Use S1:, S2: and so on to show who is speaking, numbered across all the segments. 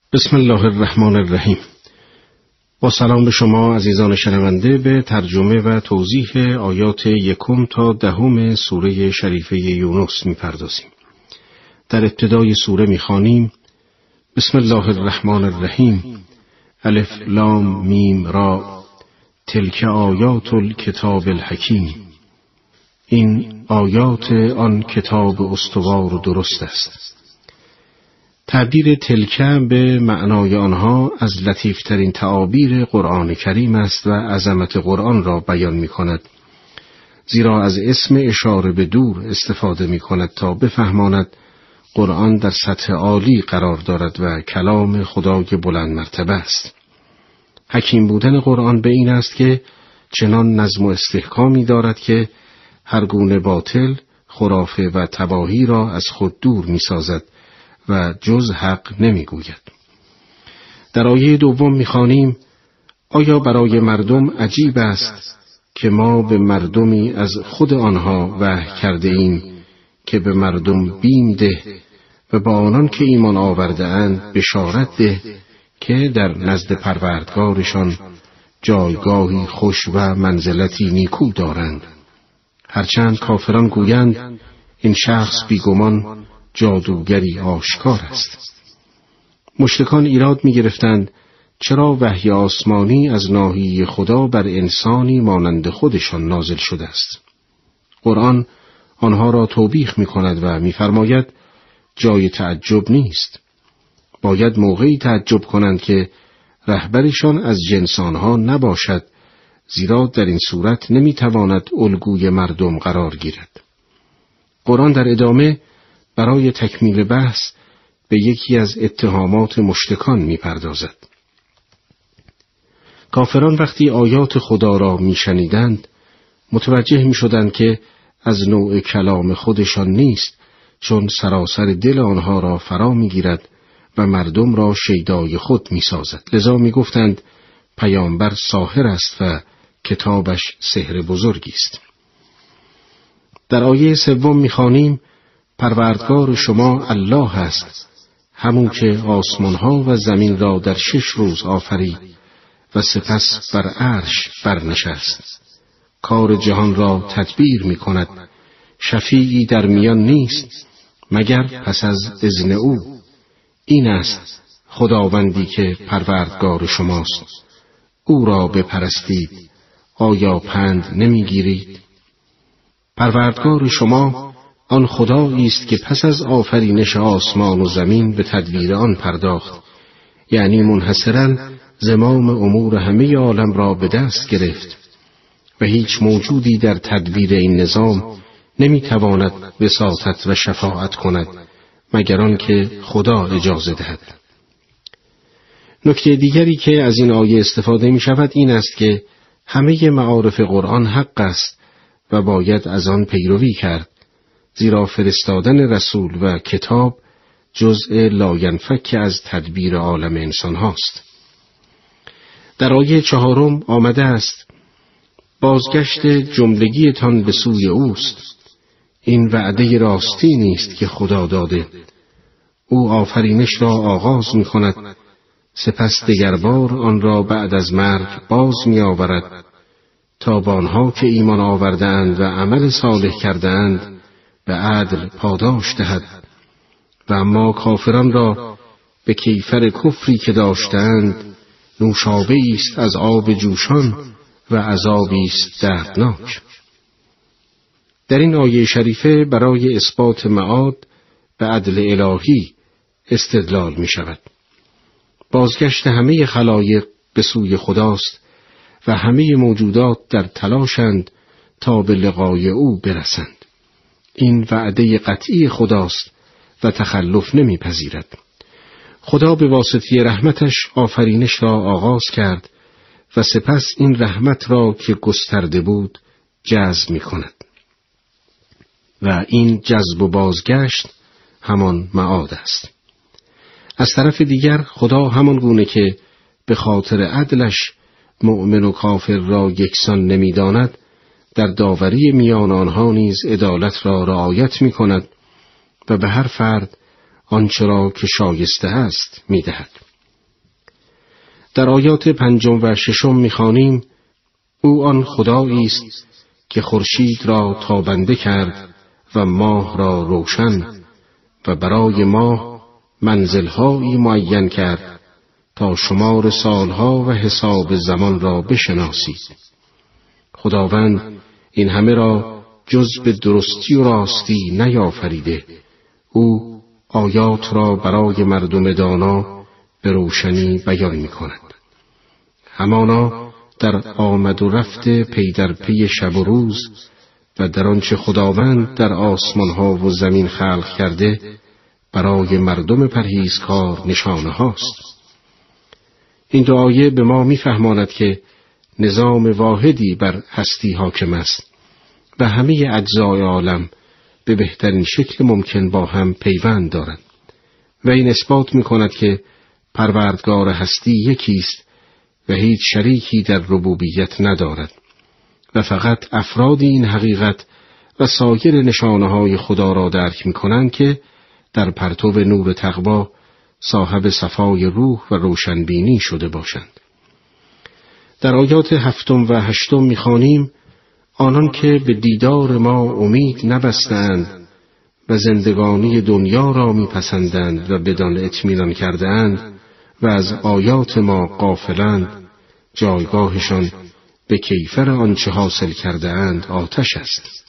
S1: بسم الله الرحمن الرحیم. با سلام به شما عزیزان شنونده به ترجمه و توضیح آیات 1 تا 10 سوره شریفه یونس می‌پردازیم. در ابتدای سوره می‌خوانیم: بسم الله الرحمن الرحیم. الف لام میم را تلک آیات الکتاب الحکیم. این آیات آن کتاب استوار و درست است. تعبیر تلکه به معنای آنها از لطیفترین تعابیر قرآن کریم است و عظمت قرآن را بیان می کند، زیرا از اسم اشاره به دور استفاده می کند تا بفهماند قرآن در سطح عالی قرار دارد و کلام خدای بلند مرتبه است. حکیم بودن قرآن به این است که چنان نظم و استحکامی دارد که هر گونه باطل، خرافه و تباهی را از خود دور می سازد و جز حق نمی گوید. در آیه 2 می‌خوانیم: آیا برای مردم عجیب است که ما به مردمی از خود آنها وحی کرده ایم که به مردم بیم ده و با آنان که ایمان آورده اند بشارت ده که در نزد پروردگارشان جایگاهی خوش و منزلتی نیکو دارند. هرچند کافران گویند این شخص بیگمان جادوگری آشکار است. مشرکان ایراد می گرفتند چرا وحی آسمانی از ناحیه خدا بر انسانی مانند خودشان نازل شده است. قرآن آنها را توبیخ می کند و می فرماید جای تعجب نیست. باید موقعی تعجب کنند که رهبرشان از جنس آنها نباشد، زیرا در این صورت نمی تواند الگوی مردم قرار گیرد. قرآن در ادامه برای تکمیل بحث به یکی از اتهامات مشرکان می‌پردازد. کافران وقتی آیات خدا را می‌شنیدند متوجه می‌شدند که از نوع کلام خودشان نیست، چون سراسر دل آنها را فرا می‌گیرد و مردم را شیدای خود می‌سازد. لذا می‌گفتند پیامبر ساحر است و کتابش سحر بزرگی است. در آیه 3 می‌خوانیم: پروردگار شما الله است، همون که آسمانها و زمین را در 6 روز آفرید و سپس بر عرش برنشست. کار جهان را تدبیر می کند، شفیعی در میان نیست مگر پس از اذن او. این است خداوندی که پروردگار شماست، او را بپرستید، آیا پند نمی گیرید؟ پروردگار شما آن خدایی است که پس از آفرینش آسمان و زمین به تدبیر آن پرداخت، یعنی منحصراً زمام امور همه عالم را به دست گرفت و هیچ موجودی در تدبیر این نظام نمیتواند وساطت و شفاعت کند مگر آنکه خدا اجازه دهد. نکته دیگری که از این آیه استفاده می شود این است که همه معارف قرآن حق است و باید از آن پیروی کرد، زیرا فرستادن رسول و کتاب جزء لاینفک از تدبیر عالم انسان هاست. در آیه 4 آمده است: بازگشت جملگیتان به سوی اوست، این وعده راستی نیست که خدا داده. او آفرینش را آغاز می کند، سپس دگربار آن را بعد از مرگ باز می آورد تا با آنها که ایمان آوردند و عمل صالح کردند به عدل پاداش دهد و اما کافران را به کیفر کفری که داشتند نوشابه‌ای است از آب جوشان و عذابی است دردناک. در این آیه شریفه برای اثبات معاد به عدل الهی استدلال می شود. بازگشت همه خلایق به سوی خداست و همه موجودات در تلاشند تا به لقای او برسند. این وعده قطعی خداست و تخلف نمیپذیرد. خدا به واسطه رحمتش آفرینش را آغاز کرد و سپس این رحمت را که گسترده بود جذب می کند. و این جذب و بازگشت همان معاد است. از طرف دیگر خدا همان گونه که به خاطر عدلش مؤمن و کافر را یکسان نمی داند، در داوری میان آنها نیز عدالت را رعایت می کند و به هر فرد آنچه را که شایسته است می دهد. در آیات 5 و 6 می‌خوانیم: او آن خدایی است که خورشید را تابنده کرد و ماه را روشن و برای ماه منزل‌هایی معین کرد تا شمار سالها و حساب زمان را بشناسید. خداوند این همه را جز به درستی و راستی نیافریده. او آیات را برای مردم دانا به روشنی بیان می‌کند. همانا در آمد و رفت پی در پی شب و روز و در آنچه خداوند در آسمان‌ها و زمین خلق کرده برای مردم پرهیزکار نشانه هاست. این دو آیه به ما می‌فهماند که نظام واحدی بر هستی حاکم است و همه اجزای عالم به بهترین شکل ممکن با هم پیوند دارند و این اثبات می‌کند که پروردگار هستی یکی است و هیچ شریکی در ربوبیت ندارد و فقط افراد این حقیقت و سایر نشانه‌های خدا را درک می‌کنند که در پرتو نور تقوی صاحب صفای روح و روشنبینی شده باشند. در آیات 7 و 8 می‌خوانیم: آنان که به دیدار ما امید نبستند و زندگانی دنیا را می‌پسندند و بدان اطمینان کرده‌اند و از آیات ما غافلند، جایگاهشان به کیفر آنچه حاصل کرده‌اند آتش است.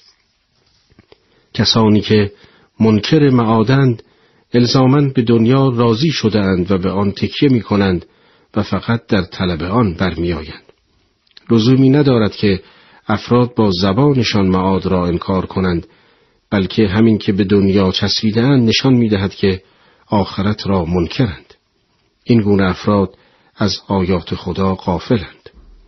S1: کسانی که منکر معادند الزاماً به دنیا راضی شده‌اند و به آن تکیه می‌کنند و فقط در طلب آن برمی‌آیند. لزومی ندارد که افراد با زبانشان معاد را انکار کنند، بلکه همین که به دنیا چسبیده‌اند نشان می‌دهد که آخرت را منکرند. این گونه افراد از آیات خدا غافلند.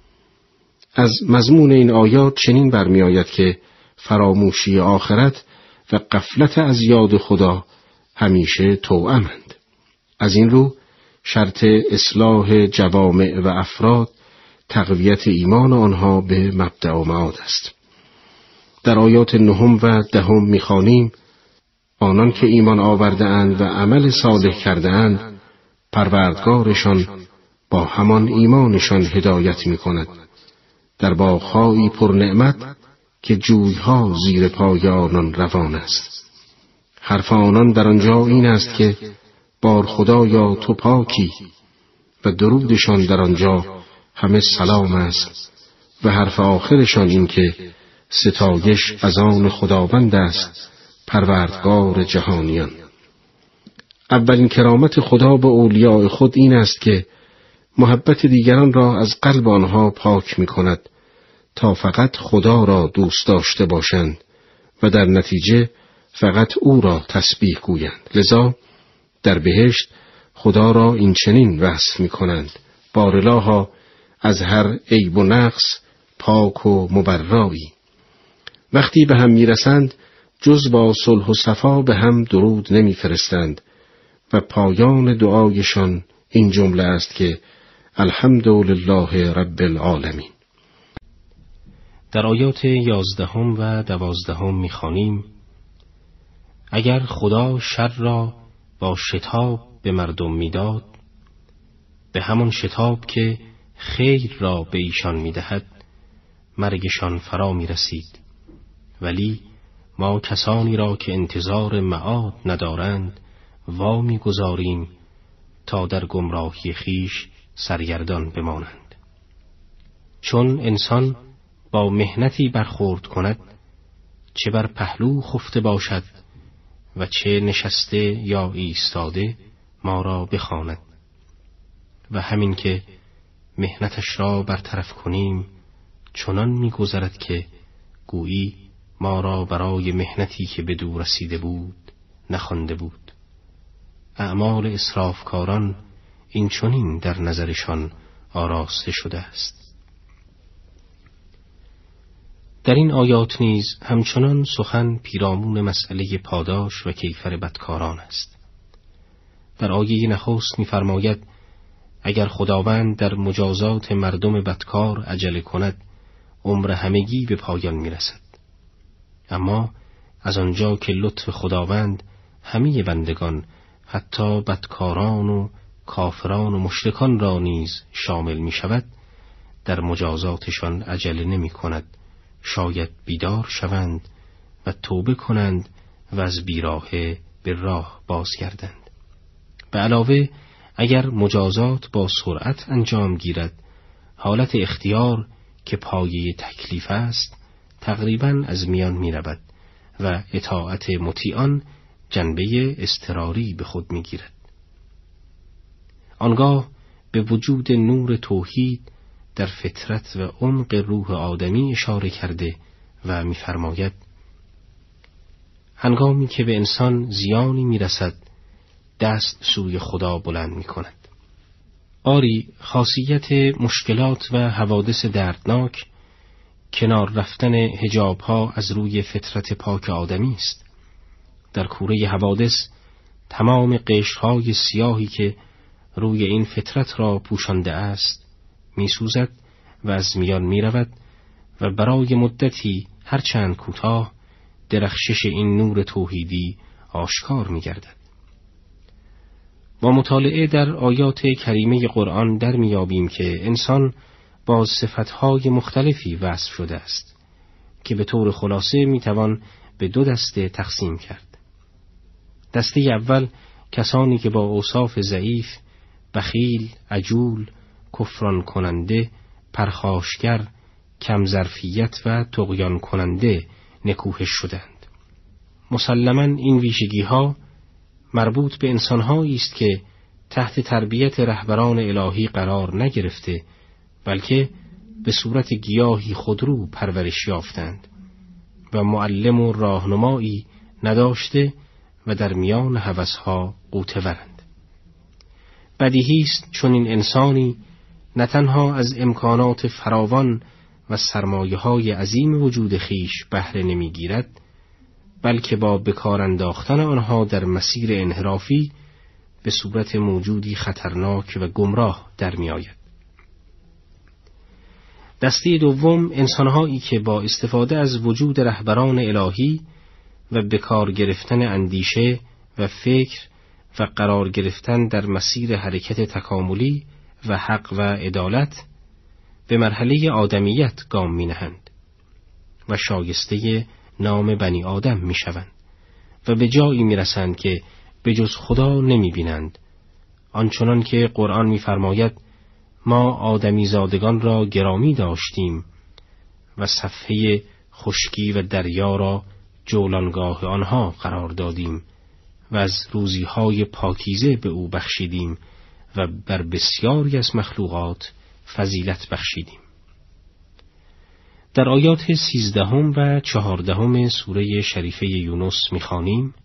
S1: از مضمون این آیات چنین برمی‌آید که فراموشی آخرت و غفلت از یاد خدا همیشه توأمند. از این رو شرط اصلاح جوامع و افراد تقویت ایمان آنها به مبدأ و معاد است. در آیات 9 و 10 می‌خوانیم: آنان که ایمان آورده‌اند و عمل صالح کرده‌اند پروردگارشان با همان ایمانشان هدایت می‌کند در باغ‌هایی پر نعمت که جوی‌ها زیر پای آنان روان است. حرف آنان در آنجا این است که بار خدایا تو پاکی و درودشان در آنجا همه سلام است و حرف آخرشان این که ستایش از آن خداوند است پروردگار جهانیان. اولین کرامت خدا به اولیاء خود این است که محبت دیگران را از قلب آنها پاک می کند تا فقط خدا را دوست داشته باشند و در نتیجه فقط او را تسبیح گویند. لذا در بهشت خدا را این چنین وصف می کنند: بارالها از هر عیب و نقص پاک و مبرایی. وقتی به هم می رسند جز با صلح و صفا به هم درود نمی فرستند و پایان دعایشان این جمله است که الحمدلله رب العالمین.
S2: در آیات 11 و 12 می‌خوانیم: اگر خدا شر را با شتاب به مردم می‌داد، به همان شتاب که خیر را به ایشان می‌دهد مرگشان فرا می‌رسید، ولی ما کسانی را که انتظار معاد ندارند وا می‌گذاریم تا در گمراهی خیش سرگردان بمانند. چون انسان با مهنتی برخورد کند، چه بر پهلو خفته باشد و چه نشسته یا ایستاده، ما را بخواند و همین که مهنتش را برطرف کنیم چنان می‌گذرد که گویی ما را برای مهنتی که به دور رسیده بود نخوانده بود. اعمال اسرافکاران این چنین در نظرشان آراسته شده است. در این آیات نیز همچنان سخن پیرامون مسئله پاداش و کیفر بدکاران است. در آیه نخست می‌فرماید اگر خداوند در مجازات مردم بدکار عجله کند عمر همگی به پایان می‌رسد. اما از آنجا که لطف خداوند همه بندگان حتی بدکاران و کافران و مشرکان را نیز شامل می شود، در مجازاتشان عجله نمی کند، شاید بیدار شوند و توبه کنند و از بیراهه به راه بازگردند. به علاوه اگر مجازات با سرعت انجام گیرد، حالت اختیار که پایه تکلیف است تقریباً از میان می رود و اطاعت مطیعان جنبه اضطراری به خود می گیرد. آنگاه به وجود نور توحید در فطرت و عمق روح آدمی اشاره کرده و می فرماید: هنگامی که به انسان زیانی می رسد، دست سوی خدا بلند می کند. آری، خاصیت مشکلات و حوادث دردناک کنار رفتن حجاب‌ها از روی فطرت پاک آدمی است. در کوره حوادث تمام قشرهای سیاهی که روی این فطرت را پوشانده است می‌سوزد و از میان می‌رود و برای مدتی هرچند کوتاه درخشش این نور توحیدی آشکار می‌گردد. با مطالعه در آیات کریمه قرآن در میابیم که انسان با صفتهای مختلفی وصف شده است که به طور خلاصه میتوان به دو دسته تقسیم کرد. دسته اول کسانی که با اوصاف ضعیف، بخیل، عجول، کفران کننده، پرخاشگر، کم ظرفیت و طغیان کننده نکوهش شدند. مسلماً این ویژگی‌ها مربوط به انسان‌هایی است که تحت تربیت رهبران الهی قرار نگرفته، بلکه به صورت گیاهی خودرو پرورش یافتند و معلم و راهنمایی نداشته و در میان هوس‌ها غوطه‌ورند. بدیهی است چون این انسانی نه تنها از امکانات فراوان و سرمایه‌های عظیم وجود خیش بهره نمی‌گیرد، بلکه با بکار انداختن آنها در مسیر انحرافی به صورت موجودی خطرناک و گمراه در می آید. دسته دوم انسانهایی که با استفاده از وجود رهبران الهی و بکار گرفتن اندیشه و فکر و قرار گرفتن در مسیر حرکت تکاملی و حق و عدالت به مرحله آدمیت گام می نهند و شایسته نام بنی آدم می شوند و به جایی می رسند که به جز خدا نمی بینند، آنچنان که قرآن می فرماید: ما آدمی زادگان را گرامی داشتیم و صفحه خشکی و دریا را جولانگاه آنها قرار دادیم و از روزیهای پاکیزه به او بخشیدیم و بر بسیاری از مخلوقات فضیلت بخشیدیم. در آیات 13 و 14 سوره شریفه یونس می‌خوانیم: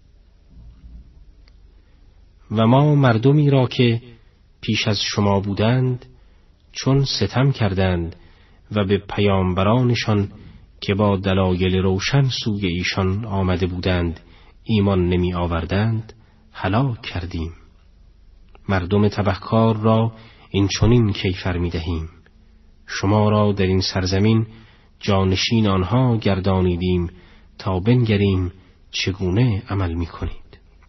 S2: و ما مردمی را که پیش از شما بودند چون ستم کردند و به پیامبرانشان که با دلایل روشن سوی ایشان آمده بودند ایمان نمی آوردند هلاک کردیم. مردم تبهکار را این چنین کیفر می دهیم: شما را در این سرزمین جانشین آنها گردانیدیم تا بنگریم چگونه عمل می کنید.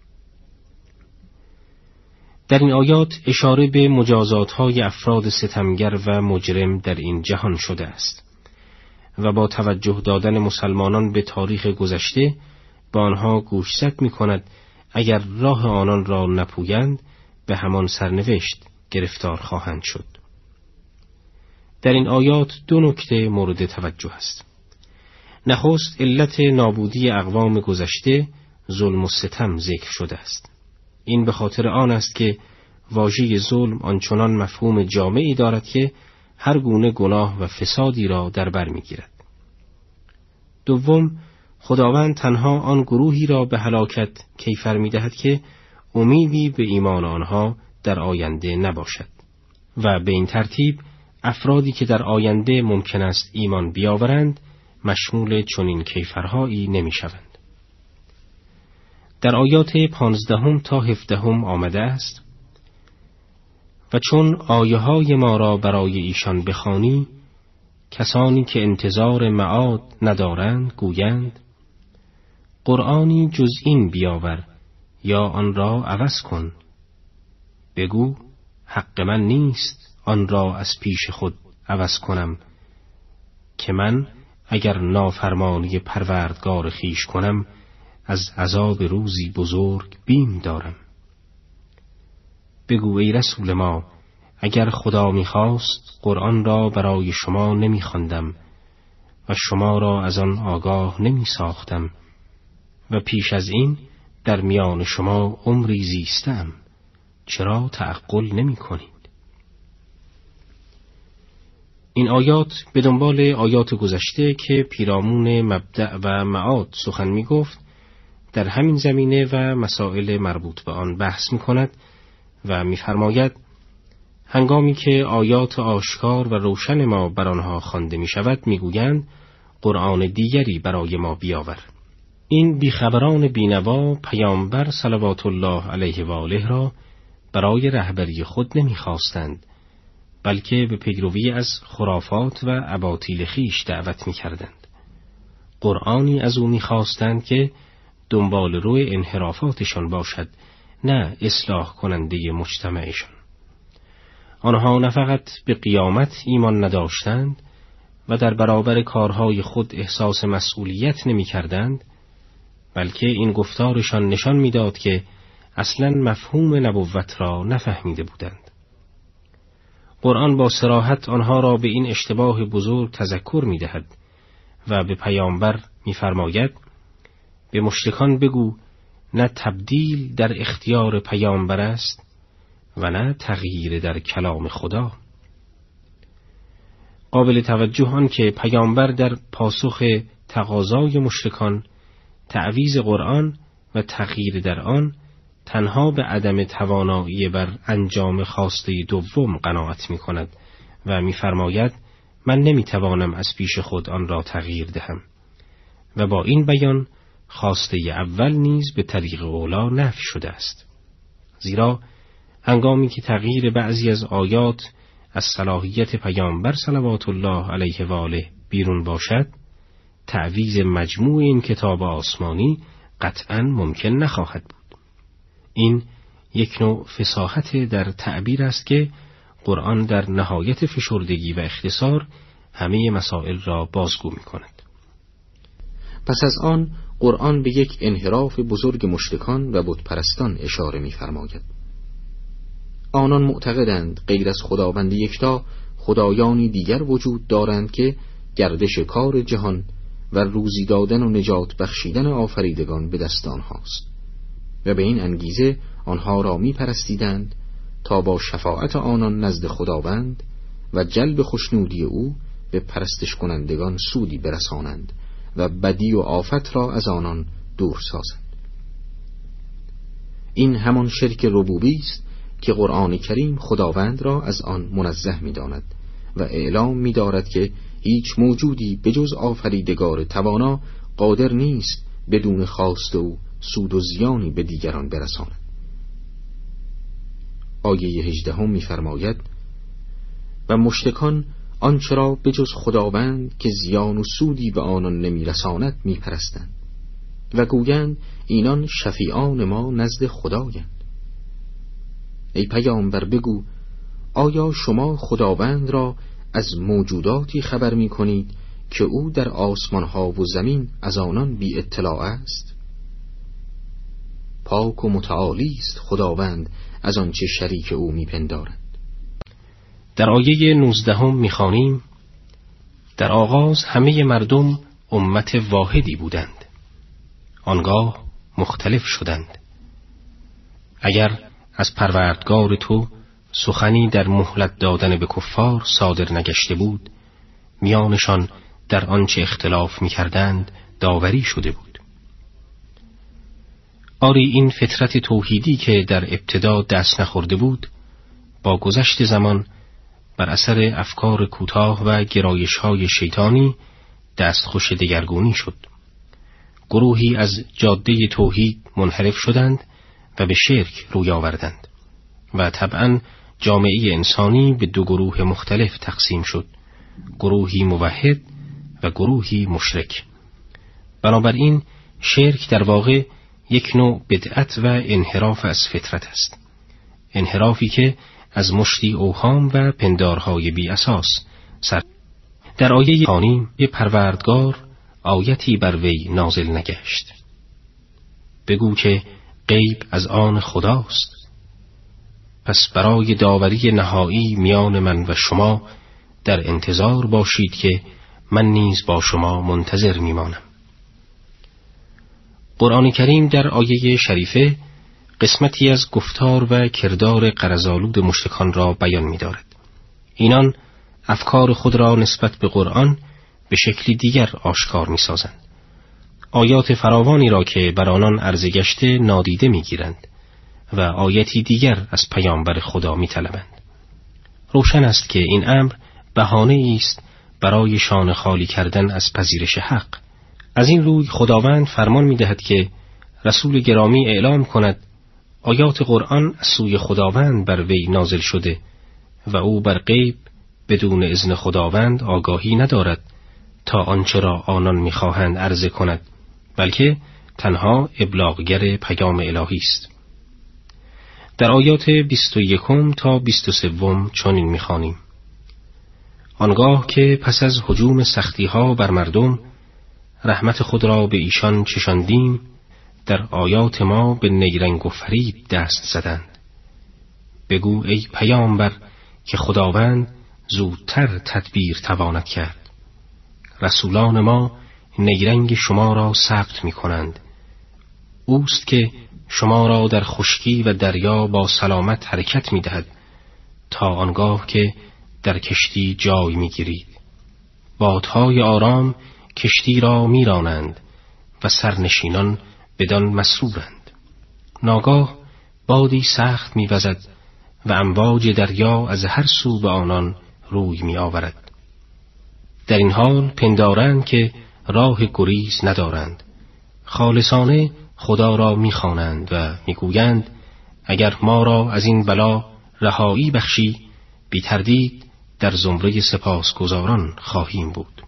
S2: در این آیات اشاره به مجازات‌های افراد ستمگر و مجرم در این جهان شده است و با توجه دادن مسلمانان به تاریخ گذشته با آنها گوشزد می کند اگر راه آنان را نپویند به همان سرنوشت گرفتار خواهند شد. در این آیات دو نکته مورد توجه است. نخست علت نابودی اقوام گذشته ظلم و ستم ذکر شده است. این به خاطر آن است که واژه ظلم آنچنان مفهوم جامعی دارد که هر گونه گناه و فسادی را در بر می‌گیرد. دوم، خداوند تنها آن گروهی را به هلاکت کیفر می‌دهد که امیدی به ایمان آنها در آینده نباشد و به این ترتیب افرادی که در آینده ممکن است ایمان بیاورند مشمول چنین کیفرهایی نمی‌شوند. در آیات 15 تا 17 آمده است: و چون آیه‌های ما را برای ایشان بخوانی، کسانی که انتظار معاد ندارند گویند قرآنی جز این بیاور یا آن را عوض کن. بگو حق من نیست آن را از پیش خود عوض کنم، که من اگر نافرمانی پروردگار خویش کنم از عذاب روزی بزرگ بیم دارم. بگو ای رسول ما، اگر خدا می‌خواست قرآن را برای شما نمی‌خواندم و شما را از آن آگاه نمی‌ساختم و پیش از این در میان شما عمری زیستم، چرا تعقل نمی‌کنید؟ این آیات به دنبال آیات گذشته که پیرامون مبدأ و معاد سخن می‌گفت، در همین زمینه و مسائل مربوط به آن بحث می‌کند و می‌فرماید هنگامی که آیات آشکار و روشن ما بر آنها خوانده می‌شود می‌گویند قرآن دیگری برای ما بیاور. این بیخبران بینوا پیامبر صلوات الله علیه و آله را برای رهبری خود نمی‌خواستند، بلکه به پیروی از خرافات و اباطیل خویش دعوت می‌کردند. قرآنی از او می‌خواستند که دنبال روی انحرافاتشان باشد، نه اصلاح کننده مجتمعشان. آنها نه فقط به قیامت ایمان نداشتند و در برابر کارهای خود احساس مسئولیت نمی‌کردند، بلکه این گفتارشان نشان می‌داد که اصلاً مفهوم نبوت را نفهمیده بودند. قرآن با صراحت آنها را به این اشتباه بزرگ تذکر می‌دهد و به پیامبر می‌فرماید به مشرکان بگو نه تبدیل در اختیار پیامبر است و نه تغییر در کلام خدا. قابل توجه آن که پیامبر در پاسخ تقاضای مشرکان تعویض قرآن و تغییر در آن تنها به عدم توانایی بر انجام خواسته دوم قناعت می‌کند و می‌فرماید من نمی‌توانم از پیش خود آن را تغییر دهم و با این بیان خواسته اول نیز به طریق اولا نفی شده است. زیرا هنگامی که تغییر بعضی از آیات از صلاحیت پیامبر صلوات الله علیه و آله بیرون باشد، تعویض مجموع این کتاب آسمانی قطعاً ممکن نخواهد بود. این یک نوع فصاحت در تعبیر است که قرآن در نهایت فشردگی و اختصار همه مسائل را بازگو می کند.
S3: پس از آن قرآن به یک انحراف بزرگ مشرکان و بتپرستان اشاره می فرماید. آنان معتقدند غیر از خداوند یکتا خدایانی دیگر وجود دارند که گردش کار جهان و روزی دادن و نجات بخشیدن آفریدگان به دست آنهاست و به این انگیزه آنها را می پرستیدند تا با شفاعت آنان نزد خداوند و جلب خوشنودی او به پرستش کنندگان سودی برسانند و بدی و آفت را از آنان دور سازند. این همان شرک ربوبی است که قرآن کریم خداوند را از آن منزه می داند و اعلام می دارد که هیچ موجودی بجز آفریدگار توانا قادر نیست بدون خواست او سود و زیانی به دیگران برساند. آیه 18 می فرماید و مشرکان آنچه را بجز خداوند که زیان و سودی به آنان نمی رساند می پرستند و گویند اینان شفیعان ما نزد خدایند. ای پیامبر بگو آیا شما خداوند را از موجوداتی خبر می کنید که او در آسمان ها و زمین از آنان بی اطلاع است؟ پاک و متعالی است خداوند از آنچه شریک او می پندارند.
S2: در آیه 19 می‌خوانیم در آغاز همه مردم امت واحدی بودند، آنگاه مختلف شدند. اگر از پروردگار تو سخنی در مهلت دادن به کفار صادر نگشته بود، میانشان در آنچه اختلاف می‌کردند داوری شده بود. آری این فطرت توحیدی که در ابتدا دست نخورده بود، با گذشت زمان بر اثر افکار کوتاه و گرایش‌های شیطانی دستخوش دگرگونی شد. گروهی از جاده توحید منحرف شدند و به شرک روی آوردند و طبعاً جامعه انسانی به دو گروه مختلف تقسیم شد، گروهی موحد و گروهی مشرک. بنابراین شرک در واقع یک نوع بدعت و انحراف از فطرت است، انحرافی که از مشتی اوهام و پندارهای بی اساس سر. در آیه خوانیم به پروردگار آیتی بر وی نازل نگشت. بگو که غیب از آن خداست. پس برای داوری نهایی میان من و شما در انتظار باشید که من نیز با شما منتظر میمانم. قرآن کریم در آیه شریفه قسمتی از گفتار و کردار غرض‌آلود مشرکان را بیان می‌دارد. اینان افکار خود را نسبت به قرآن به شکلی دیگر آشکار می‌سازند. آیات فراوانی را که بر آنان عرضه گشته نادیده می‌گیرند و آیتی دیگر از پیامبر خدا می‌طلبند. روشن است که این امر بهانه‌ای است برای شانه خالی کردن از پذیرش حق. از این روی خداوند فرمان می‌دهد که رسول گرامی اعلام کند آیات قرآن از سوی خداوند بر وی نازل شده و او بر غیب بدون اذن خداوند آگاهی ندارد تا آنچه را آنان می‌خواهند عرضه کند، بلکه تنها ابلاغگر پیام الهی است. در آیات 21 تا 23 چنین می‌خوانیم: آنگاه که پس از هجوم سختی‌ها بر مردم رحمت خود را به ایشان چشاندیم، در آیات ما به نیرنگ و فریب دست زدند. بگو ای پیامبر که خداوند زودتر تدبیر تواند کرد. رسولان ما نیرنگ شما را ثبت می کنند. اوست که شما را در خشکی و دریا با سلامت حرکت می دهد تا آنگاه که در کشتی جای می گیرید. بادهای آرام کشتی را می رانند و سرنشینان بدان مسرورند. ناگاه بادی سخت می وزد و امواج دریا از هر سو به آنان روی می آورد. در این حال پندارند که راه گریز ندارند. خالصانه خدا را می خوانند و می گویند اگر ما را از این بلا رهایی بخشی بی تردید در زمره سپاسگزاران خواهیم بود.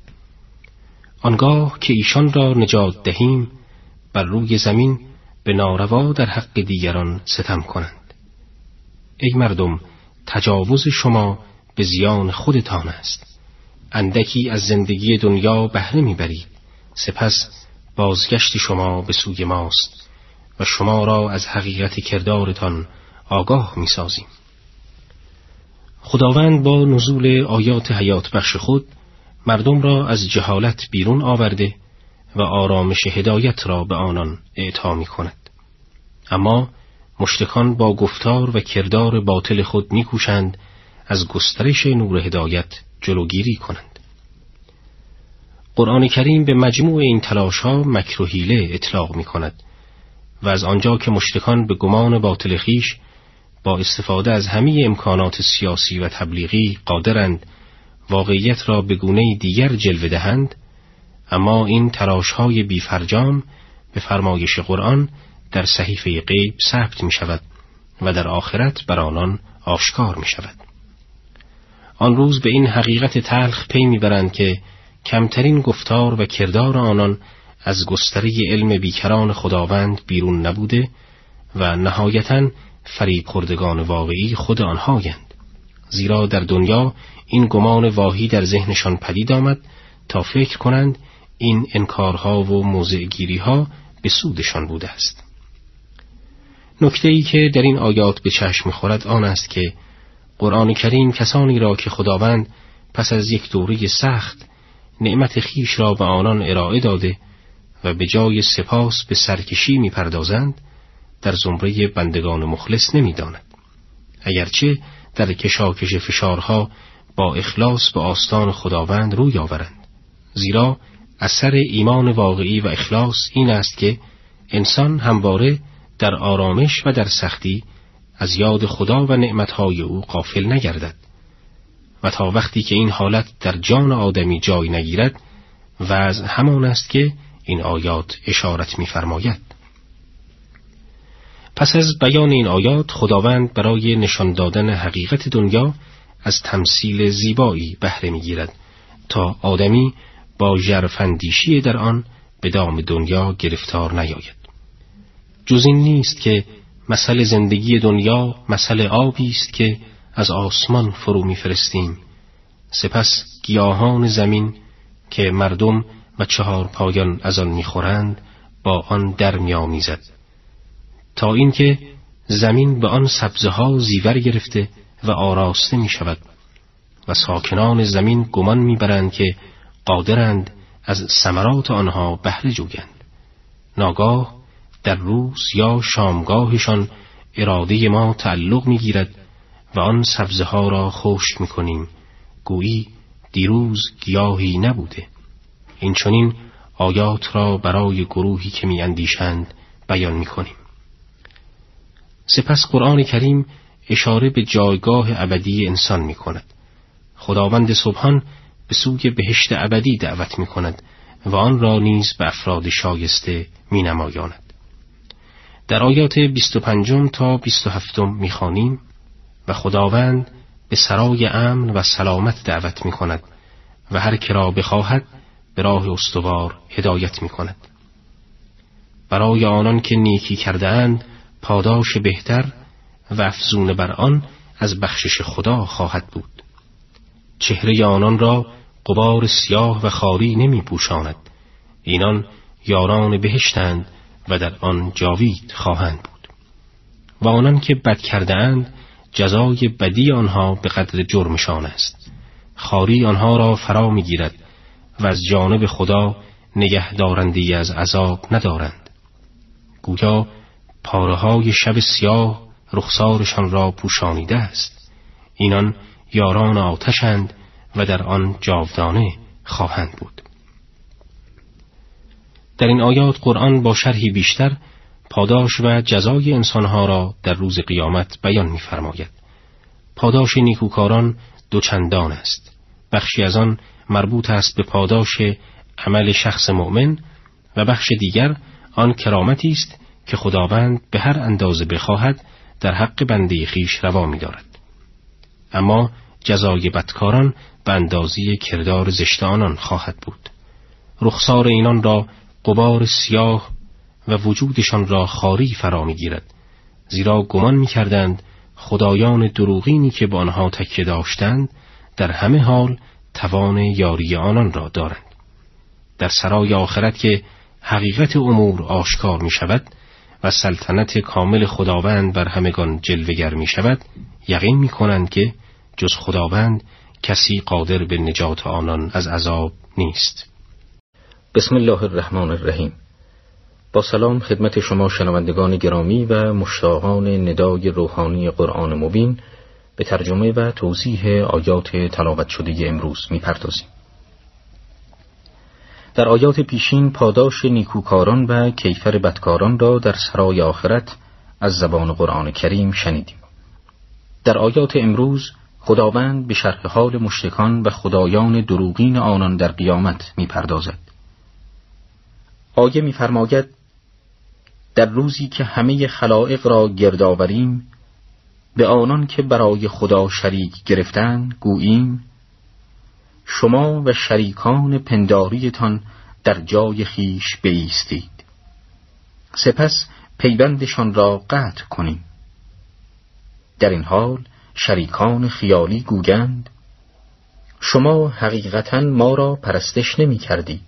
S2: آنگاه که ایشان را نجات دهیم بر روی زمین به ناروا در حق دیگران ستم کنند. ای مردم، تجاوز شما به زیان خودتان است. اندکی از زندگی دنیا بهره میبرید، سپس بازگشت شما به سوی ماست و شما را از حقیقت کردارتان آگاه میسازیم. خداوند با نزول آیات حیات بخش خود مردم را از جهالت بیرون آورده و آرامش هدایت را به آنان اعطا می کند. اما مشرکان با گفتار و کردار باطل خود می کوشند از گسترش نور هدایت جلوگیری کنند. قرآن کریم به مجموع این تلاش ها مکر و حیله اطلاق می کند و از آنجا که مشرکان به گمان باطل خویش با استفاده از همه امکانات سیاسی و تبلیغی قادرند واقعیت را به گونه دیگر جلوه دهند، اما این تلاش‌های بی‌فرجام به فرمایش قرآن در صحیفه غیب ثبت می شود و در آخرت بر آنان آشکار می شود. آن روز به این حقیقت تلخ پی می برند که کمترین گفتار و کردار آنان از گستره علم بیکران خداوند بیرون نبوده و نهایتاً فریب خوردگان واقعی خود آنهایند. زیرا در دنیا این گمان واهی در ذهنشان پدید آمد تا فکر کنند این انکارها و موضعگیریها به سودشان بوده است. نکته‌ای که در این آیات به چشم می‌خورد آن است که قرآن کریم کسانی را که خداوند پس از یک دوره سخت نعمت خیش را به آنان ارائه داده و به جای سپاس به سرکشی می‌پردازند در زمره بندگان مخلص نمی‌داند. اگرچه در کشاکش فشارها با اخلاص به آستان خداوند روی آورند. زیرا اثر ایمان واقعی و اخلاص این است که انسان همواره در آرامش و در سختی از یاد خدا و نعمتهای او غافل نگردد و تا وقتی که این حالت در جان آدمی جای نگیرد وضع همان است که این آیات اشارت می‌فرماید. پس از بیان این آیات خداوند برای نشان دادن حقیقت دنیا از تمثیل زیبایی بهره می‌گیرد تا آدمی با ژرف‌اندیشی در آن به دام دنیا گرفتار نیاید. جز این نیست که مثل زندگی دنیا مثل آبی است که از آسمان فرو می‌فرستیم. سپس گیاهان زمین که مردم و چهارپایان از آن می‌خورند با آن در می‌آمیزد، تا اینکه زمین به آن سبزه‌ها زیور گرفته و آراسته می‌شود و ساکنان زمین گمان می‌برند که قادرند از ثمرات آنها بهره جویند. ناگاه در روز یا شامگاهشان اراده ما تعلق می‌گیرد و آن سبزه‌ها را خشک می‌کنیم، گویی دیروز گیاهی نبوده. این چنین آیات را برای گروهی که می‌اندیشند بیان می‌کنیم. سپس قرآن کریم اشاره به جایگاه ابدی انسان می‌کند. خداوند سبحان به سوی بهشت ابدی دعوت می‌کند و آن را نیز به افراد شایسته می‌نمایاند. در آیات 25 تا 27 می‌خوانیم و خداوند به سرای امن و سلامت دعوت می‌کند و هر که را بخواهد به راه استوار هدایت می‌کند. برای آنان که نیکی کرده‌اند پاداش بهتر و افزون بر آن از بخشش خدا خواهد بود. چهره آنان را غبار سیاه و خاری نمی پوشاند. اینان یاران بهشتند و در آن جاوید خواهند بود. و آنان که بد کرده‌اند جزای بدی آنها به قدر جرمشان است. خاری آنها را فرا می گیرد و از جانب خدا نگهدارندی از عذاب ندارند. گویا پاره‌های شب سیاه رخسارشان را پوشانیده است. اینان یاران آتشند و در آن جاودانه خواهند بود. در این آیات قرآن با شرحی بیشتر پاداش و جزای انسانها را در روز قیامت بیان می‌فرماید. پاداش نیکوکاران دوچندان است. بخشی از آن مربوط است به پاداش عمل شخص مؤمن و بخش دیگر آن کرامتی است که خداوند به هر اندازه بخواهد در حق بنده خویش روا می‌دارد. اما جزای بدکاران به اندازه کردار زشت آنان خواهد بود. رخسار اینان را غبار سیاه و وجودشان را خاری فرا می‌گیرد، زیرا گمان می‌کردند خدایان دروغینی که به آنها تکیه داشتند در همه حال توان یاری آنان را دارند. در سرای آخرت که حقیقت امور آشکار می‌شود و سلطنت کامل خداوند بر همگان جلوه‌گر می‌شود، یقین می‌کنند که جز خداوند کسی قادر به نجات آنان از عذاب نیست.
S3: بسم الله الرحمن الرحیم. با سلام خدمت شما شنوندگان گرامی و مشتاقان ندای روحانی قرآن مبین به ترجمه و توضیح آیات تلاوت شده امروز می‌پردازیم. در آیات پیشین پاداش نیکوکاران و کیفر بدکاران را در سرای آخرت از زبان قرآن کریم شنیدیم. در آیات امروز خداوند به شرح حال مشرکان و خدایان دروغین آنان در قیامت می‌پردازد. آیه می‌فرماید در روزی که همه خلائق را گردآوریم به آنان که برای خدا شریک گرفتند گوییم شما و شریکان پنداریتان در جای خیش بایستید، سپس پیوندشان را قطع کنیم. در این حال شریکان خیالی گویند شما حقیقتاً ما را پرستش نمی کردید.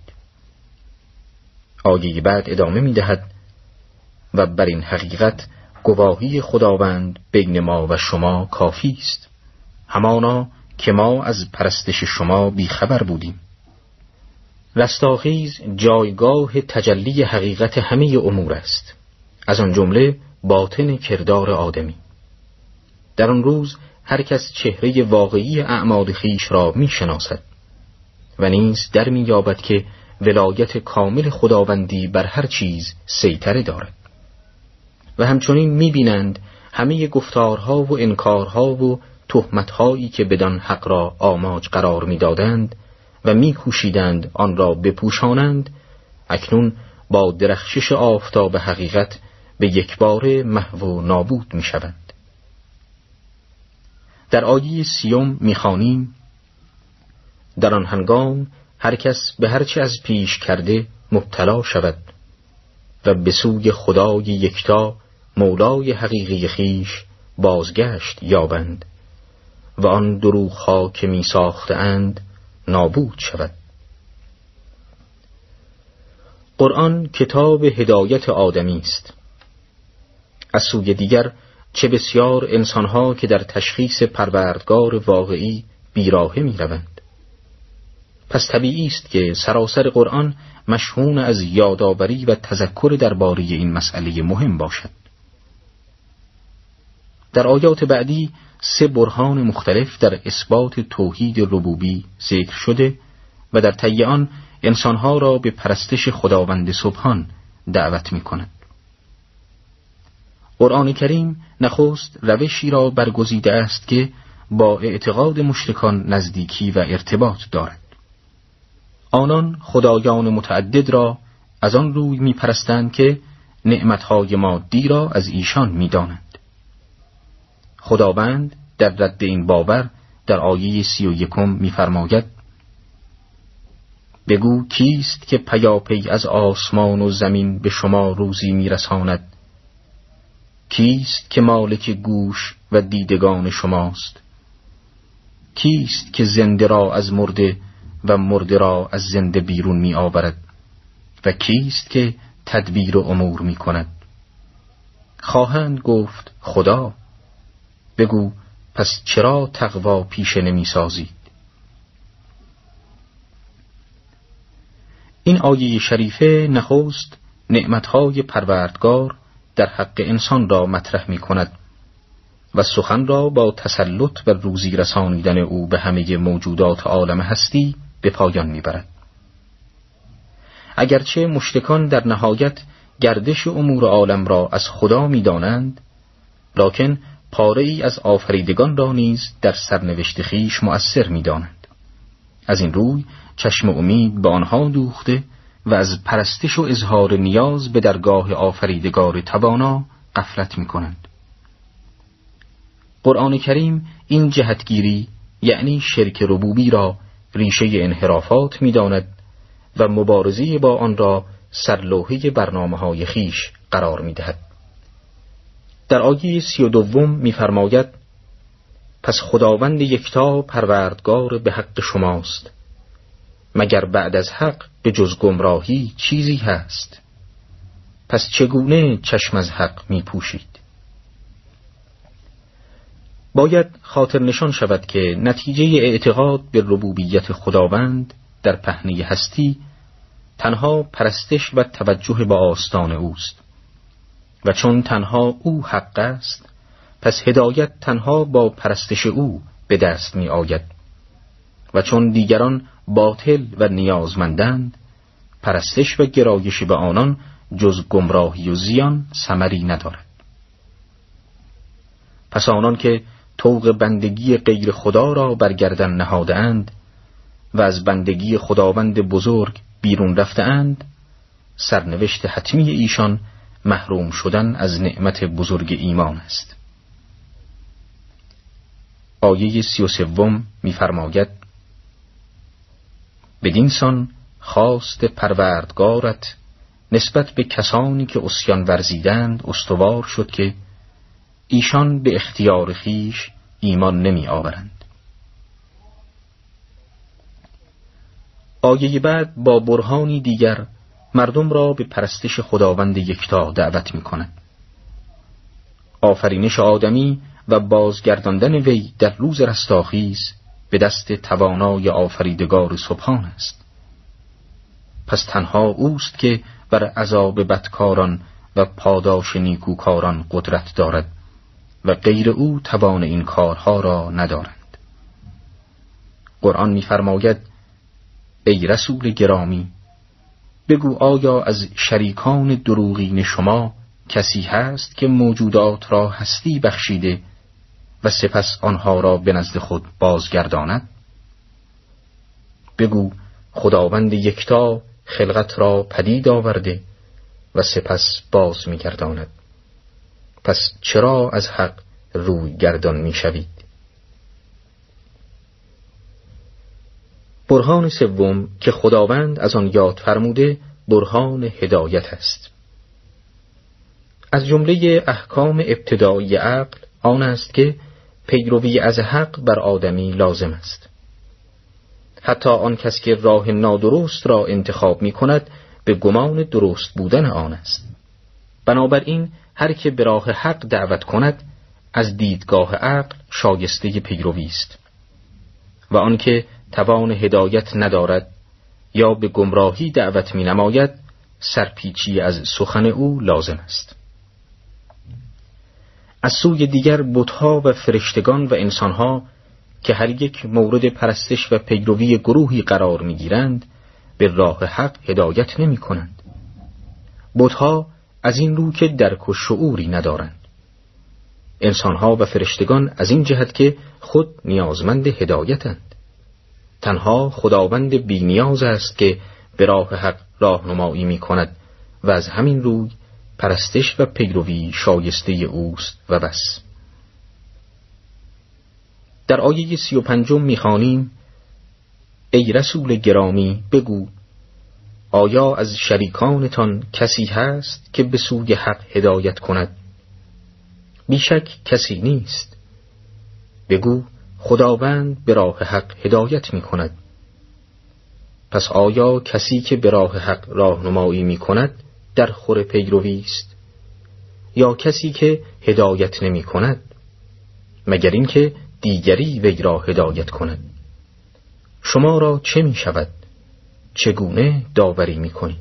S3: آیه بعد ادامه می دهد و بر این حقیقت گواهی خداوند بین ما و شما کافی است، همانا که ما از پرستش شما بیخبر بودیم. رستاخیز جایگاه تجلی حقیقت همه امور است، از آن جمله باطن کردار آدمی. در آن روز هر کس چهره واقعی اعمال خویش را می شناسد و نیز در می یابد که ولایت کامل خداوندی بر هر چیز سیطره دارد. و همچنین می بینند همه گفتارها و انکارها و تهمتهایی که بدان حق را آماج قرار می دادند و می کوشیدند آن را بپوشانند، اکنون با درخشش آفتاب حقیقت به یکباره محو و نابود می شوند. در آیه 30 می خوانیم در آن هنگام هر کس به هر چه از پیش کرده مبتلا شود و به سوی خدای یکتا مولای حقیقی خویش بازگشت یابند و آن دروغ‌ها که می ساختند نابود شود. قرآن کتاب هدایت آدمی است. از سوی دیگر چه بسیار انسانها که در تشخیص پروردگار واقعی بیراهه می روند. پس طبیعی است که سراسر قرآن مشحون از یادآوری و تذکر درباره این مسئله مهم باشد. در آیات بعدی 3 برهان مختلف در اثبات توحید ربوبی ذکر شده و در طی آن انسانها را به پرستش خداوند سبحان دعوت می کند. قرآن کریم نخست روشی را برگزیده است که با اعتقاد مشرکان نزدیکی و ارتباط دارد. آنان خدایان متعدد را از آن روی می پرستند که نعمتهای مادی را از ایشان می دانند. خداوند در رد این باور در آیه 31 می فرماید: بگو کیست که پیاپی از آسمان و زمین به شما روزی می رساند؟ کیست که مالک گوش و دیدگان شماست؟ کیست که زنده را از مرده و مرده را از زنده بیرون می آورد؟ و کیست که تدبیر امور می کند؟ خواهند گفت خدا. بگو پس چرا تقوا پیشه نمی سازید؟ این آیه شریفه نخست نعمتهای پروردگار در حق انسان را مطرح می کند و سخن را با تسلط و روزی رسانیدن او به همه موجودات عالم هستی به پایان می برد. اگرچه مشرکان در نهایت گردش امور عالم را از خدا می دانند، لکن پاره ای از آفریدگان را نیز در سرنوشت خویش مؤثر می دانند. از این روی چشم امید به آنها دوخته و از پرستش و اظهار نیاز به درگاه آفریدگار توانا غفلت می کنند. قرآن کریم این جهتگیری یعنی شرک ربوبی را ریشه انحرافات می داند و مبارزه با آن را سرلوحه برنامه‌های خویش قرار می دهد. در آیه 32 می فرماید: پس خداوند یکتا پروردگار به حق شماست، مگر بعد از حق به جز گمراهی چیزی هست؟ پس چگونه چشم از حق می پوشید؟ باید خاطر نشان شود که نتیجه اعتقاد به ربوبیت خداوند در پهنه هستی تنها پرستش و توجه به آستان اوست و چون تنها او حق است، پس هدایت تنها با پرستش او به دست می آید و چون دیگران باطل و نیازمندند، پرستش و گرایش به آنان جز گمراهی و زیان ثمری ندارد. پس آنان که طوق بندگی غیر خدا را بر گردن نهاده‌اند و از بندگی خداوند بزرگ بیرون رفته‌اند، سرنوشت حتمی ایشان محروم شدن از نعمت بزرگ ایمان است. آیه 33 می‌فرماید: بدین سان خواست پروردگارت نسبت به کسانی که عصیان ورزیدند استوار شد که ایشان به اختیار خویش ایمان نمی آورند. آیه بعد با برهانی دیگر مردم را به پرستش خداوند یکتا دعوت می کند. آفرینش آدمی و بازگرداندن وی در روز رستاخیز به دست توانای آفریدگار سبحان است. پس تنها اوست که بر عذاب بدکاران و پاداش نیکوکاران قدرت دارد و غیر او توان این کارها را ندارند. قرآن می‌فرماید: ای رسول گرامی، بگو آیا از شریکان دروغین شما کسی هست که موجودات را هستی بخشیده و سپس آنها را به نزد خود بازگرداند؟ بگو خداوند یکتا خلقت را پدید آورده و سپس باز می‌گرداند. پس چرا از حق روی گردان می‌شوید؟ برهان سوم که خداوند از آن یاد فرموده برهان هدایت است. از جمله احکام ابتدایی عقل آن است که پیروی از حق بر آدمی لازم است. حتی آن کس که راه نادرست را انتخاب می کند به گمان درست بودن آن است. بنابراین هر که به راه حق دعوت کند از دیدگاه عقل شایسته پیروی است و آن که توان هدایت ندارد یا به گمراهی دعوت می نماید سرپیچی از سخن او لازم است. از سوی دیگر بت‌ها و فرشتگان و انسان‌ها که هر یک مورد پرستش و پیروی گروهی قرار می‌گیرند به راه حق هدایت نمی‌کنند. بت‌ها از این رو که درک و شعوری ندارند. انسان‌ها و فرشتگان از این جهت که خود نیازمند هدایتند. تنها خداوند بی‌نیاز است که به راه حق راهنمایی می‌کند و از همین روی پرستش و پیروی شایسته اوست و بس. در آیه 35 می‌خوانیم: ای رسول گرامی بگو آیا از شریکانتان کسی هست که به سوی حق هدایت کند؟ بیشک کسی نیست. بگو خداوند به راه حق هدایت می‌کند. پس آیا کسی که به راه حق راهنمایی می‌کند در خور پیروی است یا کسی که هدایت نمی‌کند مگر اینکه دیگری وی را هدایت کند؟ شما را چه می شود؟ چگونه داوری می کنید؟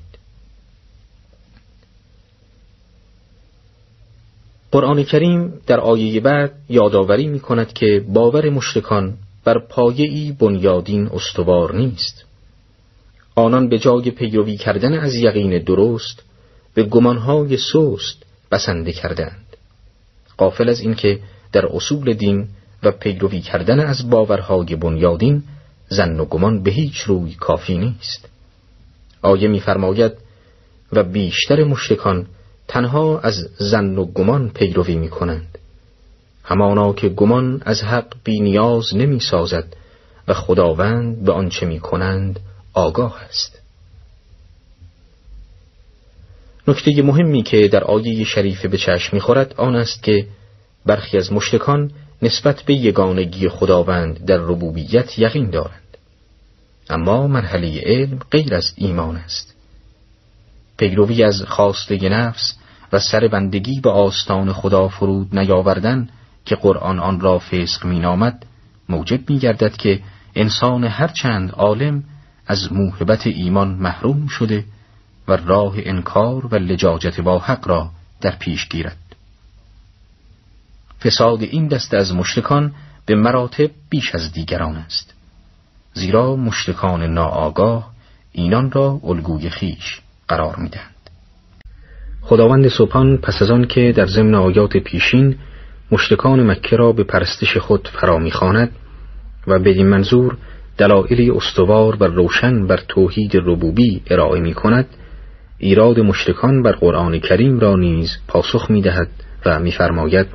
S3: قرآن کریم در آیه بعد یادآوری می کند که باور مشرکان بر پایه‌ای بنیادین استوار نیست. آنان به جای پیروی کردن از یقین درست به گمانهای سست بسنده کردند، غافل از این که در اصول دین و پیروی کردن از باورهای بنیادین ظن و گمان به هیچ روی کافی نیست. آیه می‌فرماید و بیشتر مشرکان تنها از ظن و گمان پیروی می‌کنند، همانا که گمان از حق بی نیاز نمی‌سازد و خداوند به آنچه می‌کنند آگاه است. نکته مهمی که در آیه شریفه به چشم می‌خورد آن است که برخی از مشرکان نسبت به یگانگی خداوند در ربوبیت یقین دارند، اما مرحله علم غیر از ایمان است. پیروی از خواسته نفس و سربندگی به آستان خدا فرود نیاوردن که قرآن آن را فسق مینامد موجب می‌گردد که انسان هرچند عالم از موهبت ایمان محروم شده و راه انکار و لجاجت با حق را در پیش گیرد. فساد این دسته از مشرکان به مراتب بیش از دیگران است، زیرا مشرکان ناآگاه اینان را الگوی خویش قرار می‌دهند. خداوند سبحان پس از آن که در ضمن آیات پیشین مشرکان مکه را به پرستش خود فرا می‌خواند و بدین منظور دلایلی استوار و روشن بر توحید ربوبی ارائه می‌کند، ایراد مشرکان بر قرآن کریم را نیز پاسخ می‌دهد و می‌فرماید: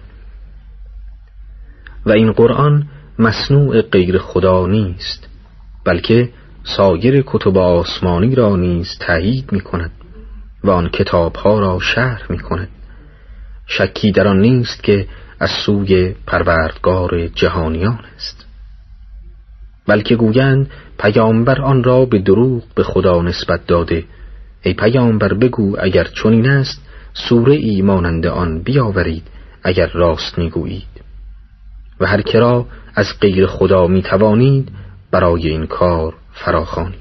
S3: و این قرآن مصنوع غیر خدا نیست، بلکه سایر کتب آسمانی را نیز تأیید می‌کند و آن کتاب‌ها را شرح می‌کند. شکی در آن نیست که از سوی پروردگار جهانیان است. بلکه گویند پیامبر آن را به دروغ به خدا نسبت داده. ای پیامبر بگو اگر چنین است سوره ای مانند آن بیاورید اگر راست میگویید، و هر که را از غیر خدا میتوانید برای این کار فراخوانید.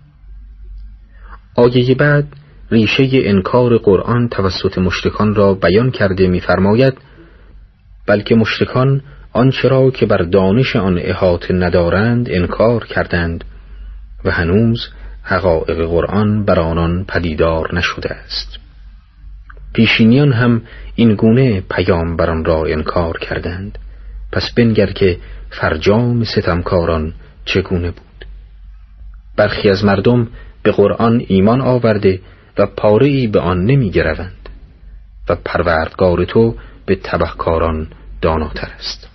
S3: آیه بعد ریشه انکار قرآن توسط مشرکان را بیان کرده می‌فرماید: بلکه مشرکان آنچه را که بر دانش آن احاطه ندارند انکار کردند و هنوز حقایق قرآن بر آنان پدیدار نشده است. پیشینیان هم این گونه پیامبران را انکار کردند، پس بنگر که فرجام ستمکاران چگونه بود. برخی از مردم به قرآن ایمان آورده و پاره‌ای به آن نمی‌گروند و پروردگار تو به تبهکاران داناتر است.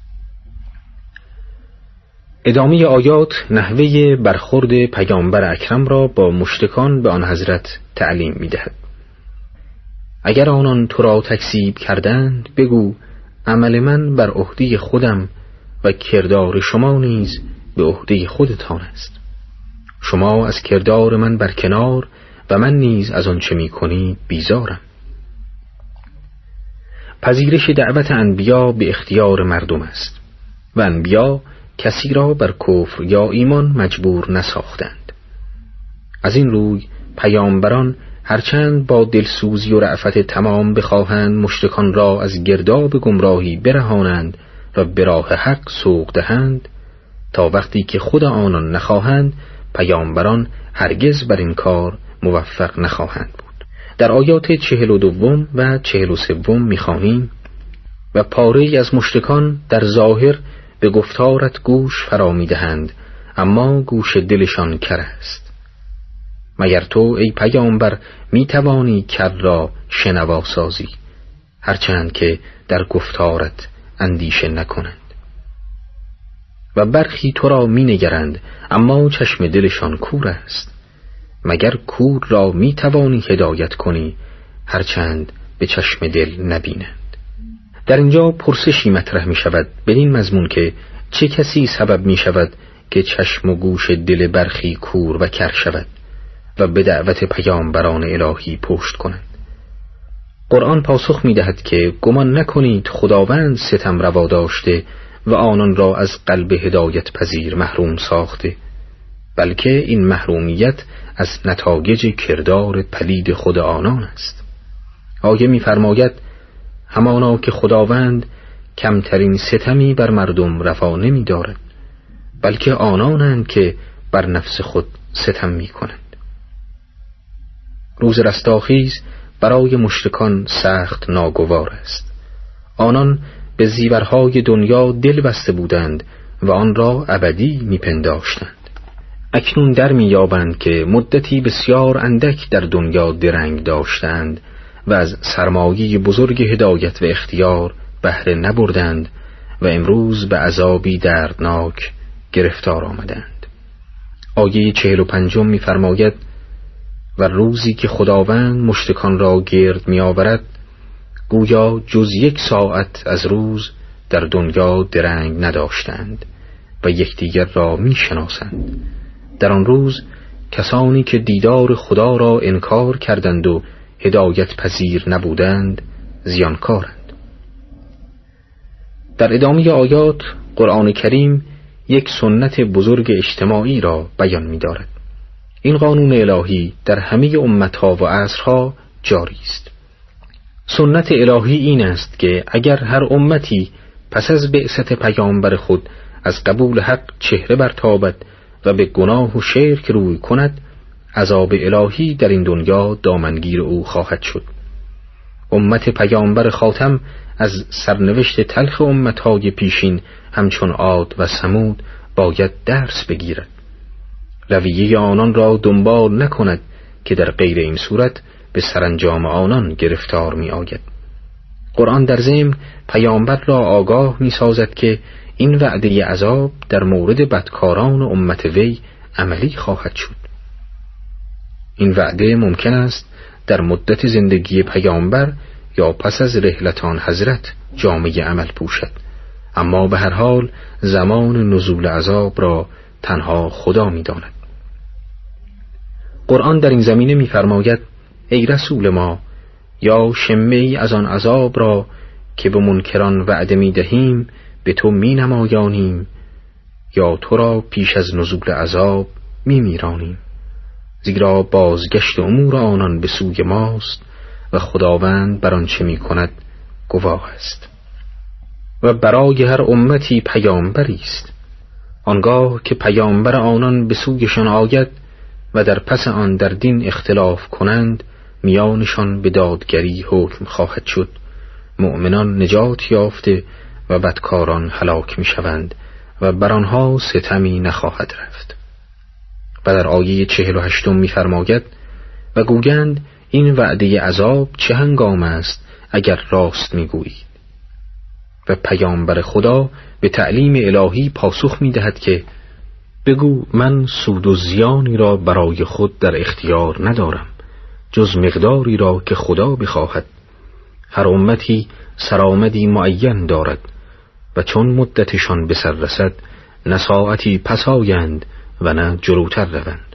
S3: ادامه آیات نحوه برخورد پیامبر اکرم را با مشرکان به آن حضرت تعلیم می‌دهد. اگر آنان تو را تکذیب کردند بگو عمل من بر عهده خودم و کردار شما نیز به عهده خودتان است. شما از کردار من برکنار و من نیز از آنچه می‌کنید بیزارم. پذیرش دعوت انبیا به اختیار مردم است و انبیا کسی را بر کفر یا ایمان مجبور نساختند. از این روی پیامبران هرچند با دلسوزی و رأفت تمام بخواهند مشرکان را از گرداب گمراهی برهانند و به راه حق سوق دهند، تا وقتی که خود آنان نخواهند پیامبران هرگز بر این کار موفق نخواهند بود. در آیات 42 و 43 می‌خوانیم: و پاره‌ای از مشرکان در ظاهر به گفتارت گوش فرا می‌دهند، اما گوش دلشان کر است. مگر تو ای پیامبر می‌توانی کر را شنوا سازی، هرچند که در گفتارت اندیشه نکنند. و برخی تو را می‌نگرند، اما چشم دلشان کور است. مگر کور را می‌توانی هدایت کنی، هرچند به چشم دل نبینند. در اینجا پرسشی مطرح می‌شود بدین مضمون که چه کسی سبب می‌شود که چشم و گوش دل برخی کور و کر شود و به دعوت پیامبران الهی پشت کنند. قرآن پاسخ می‌دهد که گمان نکنید خداوند ستم روا داشته و آنان را از قلب هدایت پذیر محروم ساخته، بلکه این محرومیت از نتایج کردار پلید خود آنان است. آیه می‌فرماید همانا که خداوند کمترین ستمی بر مردم روا نمی‌دارد، بلکه آنانند که بر نفس خود ستم می‌کنند. روز رستاخیز برای مشرکان سخت ناگوار است. آنان به زیورهای دنیا دل بسته بودند و آن را ابدی میپنداشتند. اکنون در میابند که مدتی بسیار اندک در دنیا درنگ داشتند و از سرمایه بزرگ هدایت و اختیار بهره نبردند و امروز به عذابی دردناک گرفتار آمدند. آیه 45 میفرماید: و روزی که خداوند مشرکان را گرد میآورد، گویا جز 1 ساعت از روز در دنیا درنگ نداشتند و یکدیگر را میشناسند. در آن روز کسانی که دیدار خدا را انکار کردند و هدایت پذیر نبودند زیانکارند. در ادامه آیات قرآن کریم یک سنت بزرگ اجتماعی را بیان می‌دارد. این قانون الهی در همه امتها و عصرها جاری است. سنت الهی این است که اگر هر امتی پس از بعثت پیامبر خود از قبول حق چهره برتابد و به گناه و شرک روی کند، عذاب الهی در این دنیا دامنگیر او خواهد شد. امت پیامبر خاتم از سرنوشت تلخ امتهای پیشین همچون عاد و ثمود باید درس بگیرد. رویه آنان را دنبال نکند که در غیر این صورت به سرانجام آنان گرفتار می آید. قرآن در ضمن پیامبر را آگاه می سازد که این وعده عذاب در مورد بدکاران امت وی عملی خواهد شد. این وعده ممکن است در مدت زندگی پیامبر یا پس از رحلتان حضرت جامه عمل پوشد، اما به هر حال زمان نزول عذاب را تنها خدا می داند. قرآن در این زمینه می فرماید: ای رسول ما، یا شمه‌ای از آن عذاب را که به منکران وعده می دهیم به تو می نمایانیم، یا تو را پیش از نزول عذاب می میرانیم، زیرا بازگشت امور آنان به سوی ماست و خداوند بر آنچه می کند گواه است. و برای هر امتی پیامبری است. آنگاه که پیامبر آنان به سویشان آید و در پس آن در دین اختلاف کنند، میانشان به دادگری حکم خواهد شد. مؤمنان نجات یافته و بدکاران هلاک می شوند و بر آنها ستمی نخواهد رفت. و در آیه 48 می فرماید: و گویند این وعده عذاب چه هنگام است اگر راست می گویید. و پیامبر خدا به تعلیم الهی پاسخ می دهد که بگو من سود و زیانی را برای خود در اختیار ندارم جز مقداری را که خدا بخواهد، هر امتی سرآمدی معین دارد و چون مدتشان به سر رسد نه ساعتی پس آیند و نه جلوتر روند.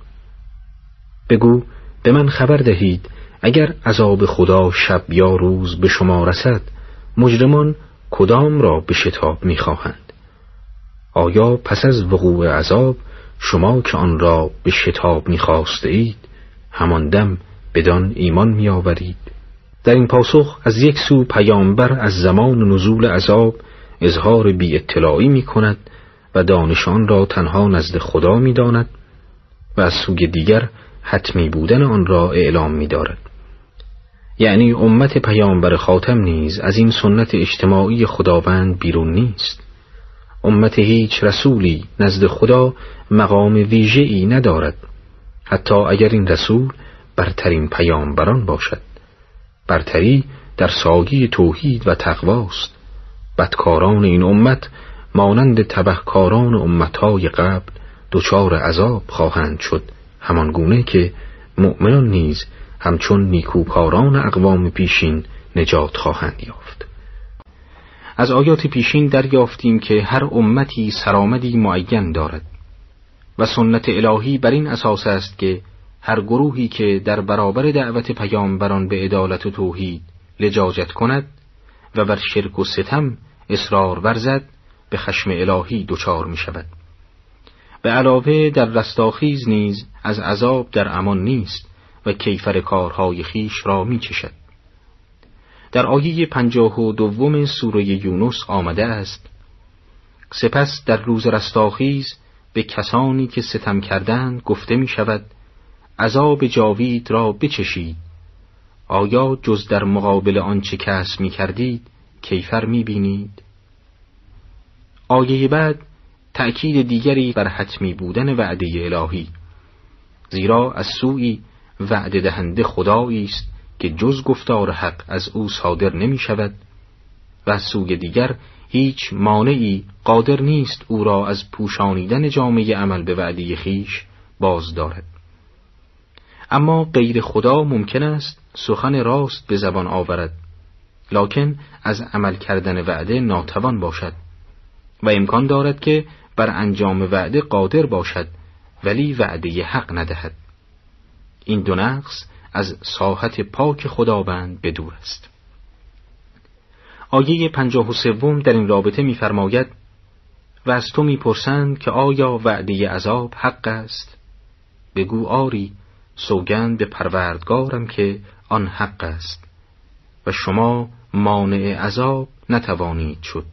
S3: بگو به من خبر دهید اگر عذاب خدا شب یا روز به شما رسد مجرمان کدام را به شتاب می‌خواهند؟ آیا پس از وقوع عذاب شما که آن را به شتاب می‌خواسته اید همان دم بدان ایمان می‌آورید؟ در این پاسخ از یک سو پیامبر از زمان نزول عذاب اظهار بی اطلاعی می‌کند و دانشان را تنها نزد خدا می‌داند و از سوی دیگر حتمی بودن آن را اعلام می‌دارد. یعنی امت پیامبر خاتم نیز از این سنت اجتماعی خداوند بیرون نیست. امت هیچ رسولی نزد خدا مقام ویژه‌ای ندارد، حتی اگر این رسول برترین پیامبران باشد. برتری در سایه توحید و تقواست. بدکاران این امت مانند تبهکاران امتهای قبل دچار عذاب خواهند شد، همان گونه که مؤمنان نیز همچون نیکوکاران اقوام پیشین نجات خواهند یافت. از آیات پیشین دریافتیم که هر امتی سرآمدی معین دارد و سنت الهی بر این اساس است که هر گروهی که در برابر دعوت پیامبران به عدالت و توحید لجاجت کند و بر شرک و ستم اصرار ورزد به خشم الهی دچار می شود. به علاوه در رستاخیز نیز از عذاب در امان نیست و کیفر کارهای خیش را می چشد. در آیه 52 سوره یونس آمده است: سپس در روز رستاخیز به کسانی که ستم کردند گفته می شود عذاب جاوید را بچشید. آیا جز در مقابل آنچه کسب می کردید کیفر می بینید؟ آیه بعد تأکید دیگری بر حتمی بودن وعده الهی، زیرا از سوی وعده دهنده خدایی است که جز گفتار حق از او صادر نمی شود و از سوی دیگر هیچ مانعی قادر نیست او را از پوشانیدن جامعه عمل به وعده خیش باز دارد. اما غیر خدا ممکن است سخن راست به زبان آورد، لکن از عمل کردن وعده ناتوان باشد و امکان دارد که بر انجام وعده قادر باشد ولی وعده حق ندهد. این دو نقص از ساحت پاک خداوند بدور است. آیه 53 در این رابطه می‌فرماید: و از تو می‌پرسند که آیا وعده عذاب حق است؟ بگو آری، سوگند به پروردگارم که آن حق است و شما مانع عذاب نتوانید شد.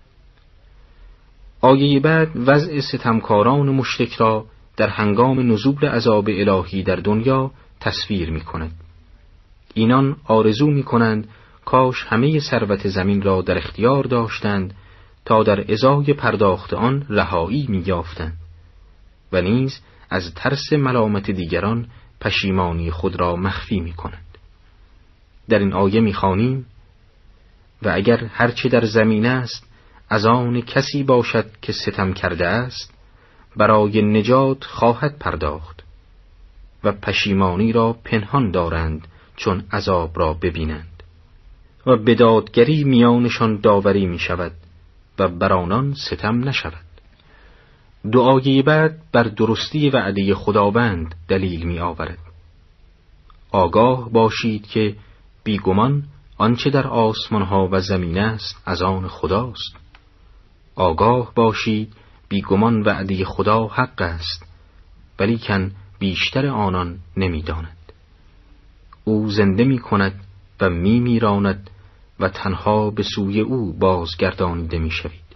S3: آیه بعد وضع ستمکاران مشرک را در هنگام نزول عذاب الهی در دنیا تصویر می کند. اینان آرزو می کنند کاش همه ثروت زمین را در اختیار داشتند تا در ازای پرداخت آن رهایی می یافتند و نیز از ترس ملامت دیگران پشیمانی خود را مخفی می کنند. در این آیه می خوانیم: و اگر هرچه در زمین است از آن کسی باشد که ستم کرده است برای نجات خواهد پرداخت و پشیمانی را پنهان دارند چون عذاب را ببینند و به دادگری میانشان داوری می شود و بر آنان ستم نشود. دعای بعد بر درستی وعده خداوند دلیل می آورد: آگاه باشید که بیگمان آنچه در آسمان ها و زمین است از آن خداست. آگاه باشید بیگمان وعده خدا حق است ولیکن بیشتر آنان نمی دانند. او زنده می کند و می میراند و تنها به سوی او بازگردانیده می شوید.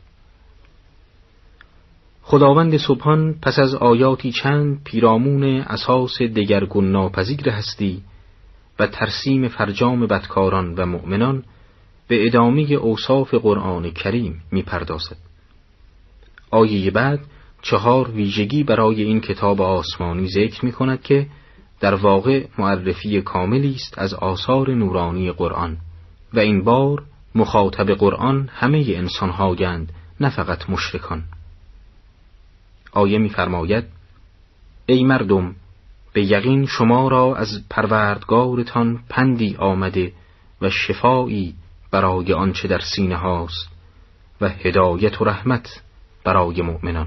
S3: خداوند سبحان پس از آیاتی چند پیرامون اساس دگرگون ناپذیر هستی و ترسیم فرجام بدکاران و مؤمنان به ادامه اوصاف قرآن کریم می پردازد. آیه بعد 4 ویژگی برای این کتاب آسمانی ذکر می کند که در واقع معرفی کاملی است از آثار نورانی قرآن و این بار مخاطب قرآن همه انسان‌هایند نه فقط مشرکان. آیه می فرماید: ای مردم، به یقین شما را از پروردگارتان پندی آمده و شفایی برای آنچه در سینه هاست و هدایت و رحمت برای مؤمنان.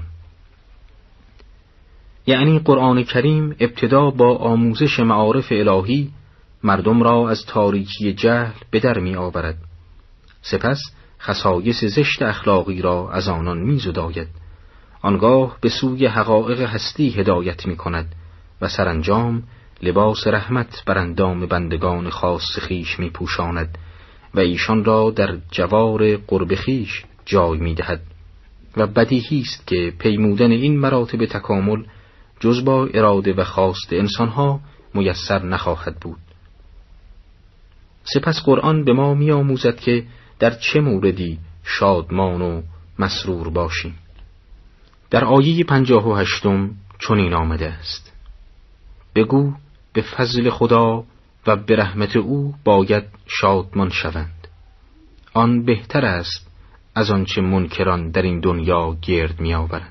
S3: یعنی قرآن کریم ابتدا با آموزش معارف الهی مردم را از تاریکی جهل به در می آورد، سپس خصایص زشت اخلاقی را از آنان می زداید، آنگاه به سوی حقایق هستی هدایت می کند و سرانجام لباس رحمت بر اندام بندگان خاص خویش می پوشاند و ایشان را در جوار قرب خویش جای می دهد و بدیهی است که پیمودن این مراتب تکامل جز با اراده و خواست انسانها میسر نخواهد بود. سپس قرآن به ما می آموزد که در چه موردی شادمان و مسرور باشیم. در آیه 58 چنین آمده است: بگو به فضل خدا و به رحمت او باید شادمان شوند، آن بهتر است از آنچه منکران در این دنیا گرد می آورند.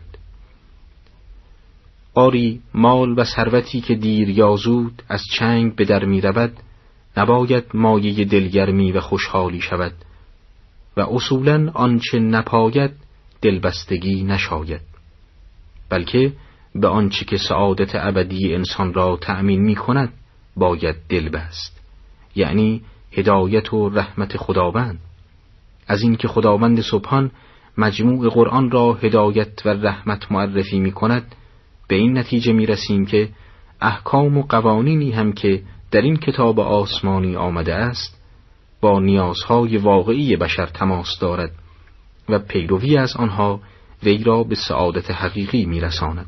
S3: آری مال و ثروتی که دیر یا زود از چنگ به در می رود نباید مایه دلگرمی و خوشحالی شود و اصولاً آنچه نپاید دلبستگی نشاید، بلکه به آنچه که سعادت ابدی انسان را تأمین می کند باید دل بست، یعنی هدایت و رحمت خداوند. از این که خداوند سبحان مجموع قرآن را هدایت و رحمت معرفی می کند به این نتیجه می رسیم که احکام و قوانینی هم که در این کتاب آسمانی آمده است با نیازهای واقعی بشر تماس دارد و پیروی از آنها وی را به سعادت حقیقی می رساند.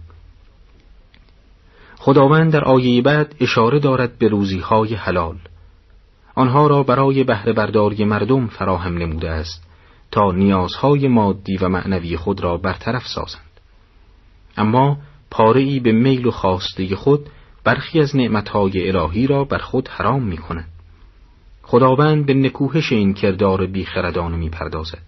S3: خداوند در آیه بعد اشاره دارد به روزیهای حلال. آنها را برای بهره برداری مردم فراهم نموده است تا نیازهای مادی و معنوی خود را برطرف سازند. اما پاره‌ای به میل و خواسته خود برخی از نعمتهای الهی را بر خود حرام می کند. خداوند به نکوهش این کردار بیخردانه می پردازد.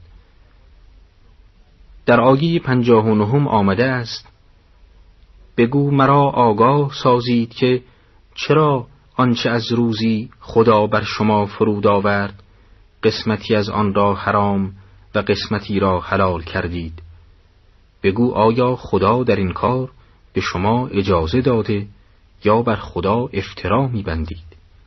S3: در آیه 59 آمده است: بگو مرا آگاه سازید که چرا آنچه از روزی خدا بر شما فرود آورد قسمتی از آن را حرام و قسمتی را حلال کردید. بگو آیا خدا در این کار به شما اجازه داده یا بر خدا افترا می‌بندید؟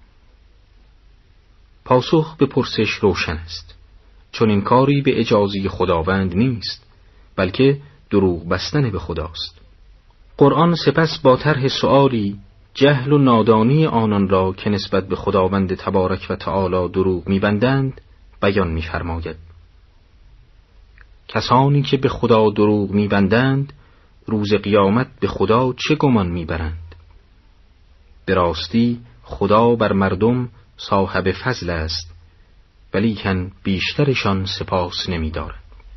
S3: پاسخ به پرسش روشن است، چون این کاری به اجازه خداوند نیست، بلکه دروغ بستن به خداست. قرآن سپس با طرح سؤالی جهل و نادانی آنان را که نسبت به خداوند تبارک و تعالی دروغ می‌بندند بیان می‌فرماید: کسانی که به خدا دروغ می‌بندند روز قیامت به خدا چه گمان می‌برند؟ به راستی خدا بر مردم صاحب فضل است، ولیکن بیشترشان سپاس نمی‌دارند.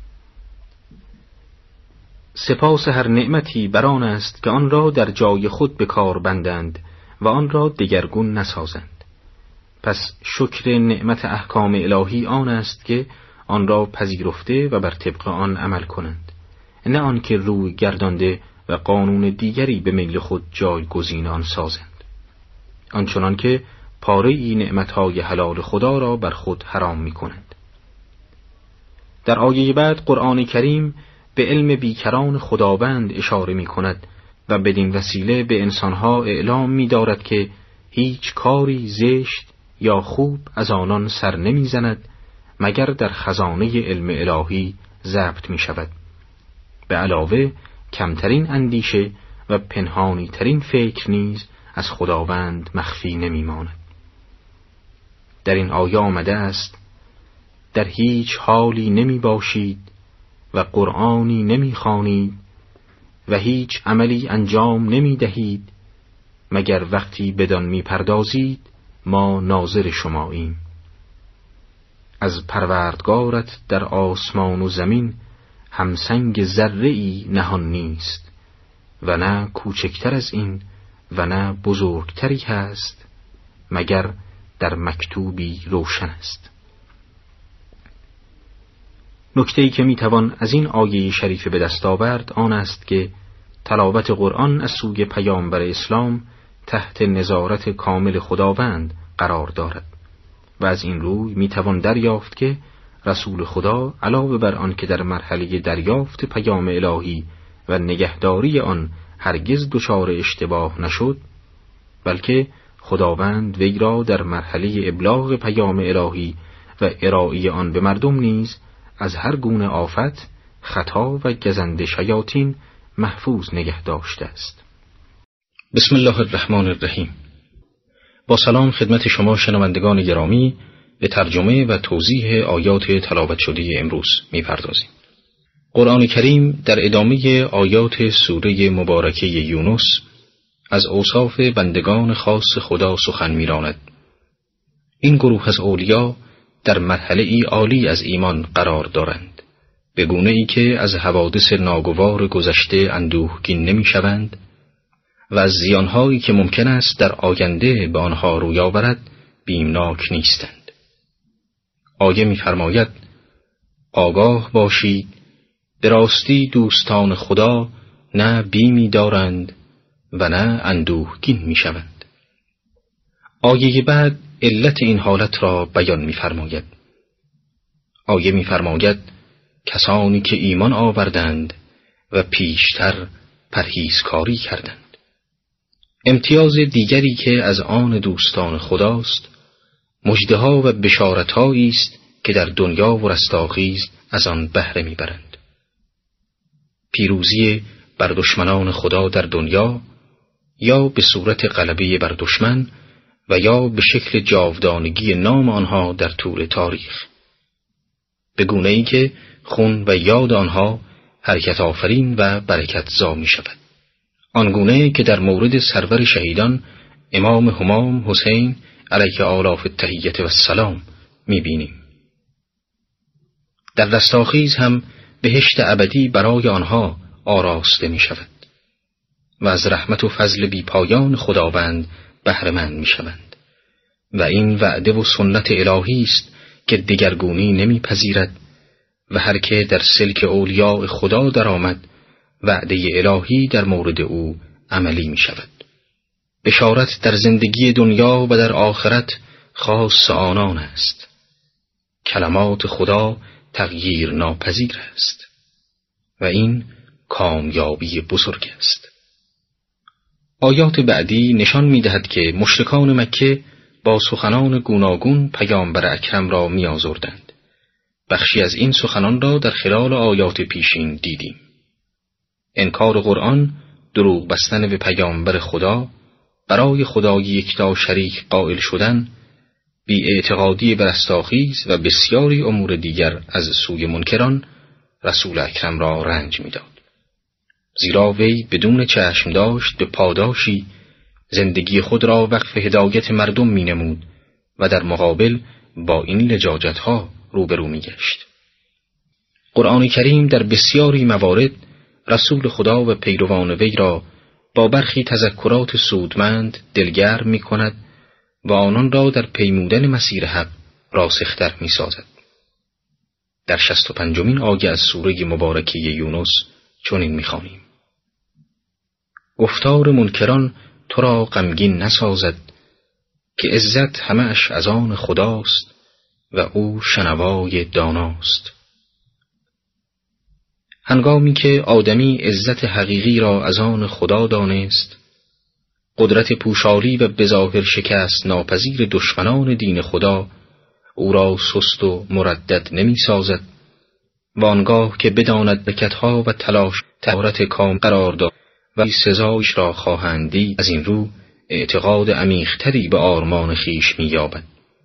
S3: سپاس هر نعمتی بر آن است که آن را در جای خود به کار بندند و آن را دگرگون نسازند. پس شکر نعمت احکام الهی آن است که آن را پذیرفته و بر طبق آن عمل کنند، نه آن که روی گردانده و قانون دیگری به میل خود جایگزین آن سازند، آنچنان که پاره‌ای نعمتهای حلال خدا را بر خود حرام می کنند. در آیه بعد قرآن کریم به علم بیکران خداوند اشاره می کند و بدین وسیله به انسانها اعلام می دارد که هیچ کاری زشت یا خوب از آنان سر نمی زند مگر در خزانه علم الهی ضبط می شود. به علاوه کمترین اندیشه و پنهانی ترین فکر نیز از خداوند مخفی نمی ماند. در این آیه آمده است: در هیچ حالی نمی باشید و قرآنی نمی خوانید و هیچ عملی انجام نمی دهید مگر وقتی بدان می پردازید ما ناظر شماییم. از پروردگارت در آسمان و زمین همسنگ ذره‌ای نهان نیست و نه کوچکتر از این و نه بزرگتری هست مگر در مکتوبی روشن است. نکته‌ای که میتوان از این آیه شریف به دست آورد آن است که تلاوت قرآن از سوی پیامبر اسلام تحت نظارت کامل خداوند قرار دارد و از این روی میتوان دریافت که رسول خدا علاوه بر آن که در مرحله دریافت پیام الهی و نگهداری آن هرگز دچار اشتباه نشد، بلکه خداوند وی را در مرحله ابلاغ پیام الهی و ارائه آن به مردم نیز از هر گونه آفت، خطا و گزند شیاطین محفوظ نگه داشته است.
S2: بسم الله الرحمن الرحیم. با سلام خدمت شما شنوندگان گرامی، به ترجمه و توضیح آیات تلاوت شده امروز می‌پردازیم. قرآن کریم در ادامه آیات سوره مبارکه یونس از اوصاف بندگان خاص خدا سخن می‌راند. این گروه از اولیا در مرحله ای عالی از ایمان قرار دارند، به گونه ای که از حوادث ناگوار گذشته اندوهگین نمی‌شوند و از زیانهایی که ممکن است در آینده به آنها روی آورد بیمناک نیستند. آیه می‌فرماید: آگاه باشید، به راستی دوستان خدا نه بیمی دارند و نه اندوهگین می‌شوند. آیه بعد علت این حالت را بیان می‌فرماید. آیه می‌فرماید: کسانی که ایمان آوردند و پیشتر پرهیزکاری کردند. امتیاز دیگری که از آن دوستان خداست، مژده‌ها و بشارت‌هایی است که در دنیا و رستاخیز از آن بهره می‌برند. پیروزی بر دشمنان خدا در دنیا، یا به صورت غلبه بر دشمن و یا به شکل جاودانگی نام آنها در طول تاریخ، به گونه‌ای که خون و یاد آنها حرکت آفرین و برکت زا می شود. آنگونه که در مورد سرور شهیدان امام همام حسین علیه آلاف التحیت و السلام می بینیم. در رستاخیز هم بهشت ابدی برای آنها آراسته می شود و از رحمت و فضل بی پایان خداوند بهره مند می شوند و این وعده و سنت الهی است که دگرگونی نمی پذیرد و هر که در سلک اولیاء خدا درآمد وعده الهی در مورد او عملی می شود. بشارت در زندگی دنیا و در آخرت خاص آنان است. کلمات خدا تغییر ناپذیر است و این کامیابی بزرگ است. آیات بعدی نشان می دهد که مشرکان مکه با سخنان گوناگون پیامبر اکرم را می آزردند. بخشی از این سخنان را در خلال آیات پیشین دیدیم. انکار قرآن، دروغ بستن به پیامبر خدا، برای خدای یکتا شریک قائل شدن، بی‌اعتقادی به رستاخیز و بسیاری امور دیگر از سوی منکران رسول اکرم را رنج می‌داد. زیرا وی بدون چشم داشت به پاداشی زندگی خود را وقف هدایت مردم می‌نمود و در مقابل با این لجاجت‌ها روبرو می‌گشت. قرآن کریم در بسیاری موارد رسول خدا و پیروان وی را با برخی تذکرات سودمند دلگرم می‌کند و آنان را در پیمودن مسیر حق راسختر می‌سازد. در 65مین آیه از سوره مبارکه یونس چنین می‌خوانیم: گفتار منکران تو را غمگین نسازد که عزت همه‌اش از آن خداست و او شنوای داناست. هنگامی که آدمی عزت حقیقی را از آن خدا دانست، قدرت پوشالی و بظاهر شکست ناپذیر دشمنان دین خدا او را سست و مردد نمی سازد و آنگاه که بداند برکت‌ها و تلاش طهارت کام قرار داد و سزایش را خواهند دید، از این رو اعتقاد عمیق‌تری به آرمان خیش می یابد.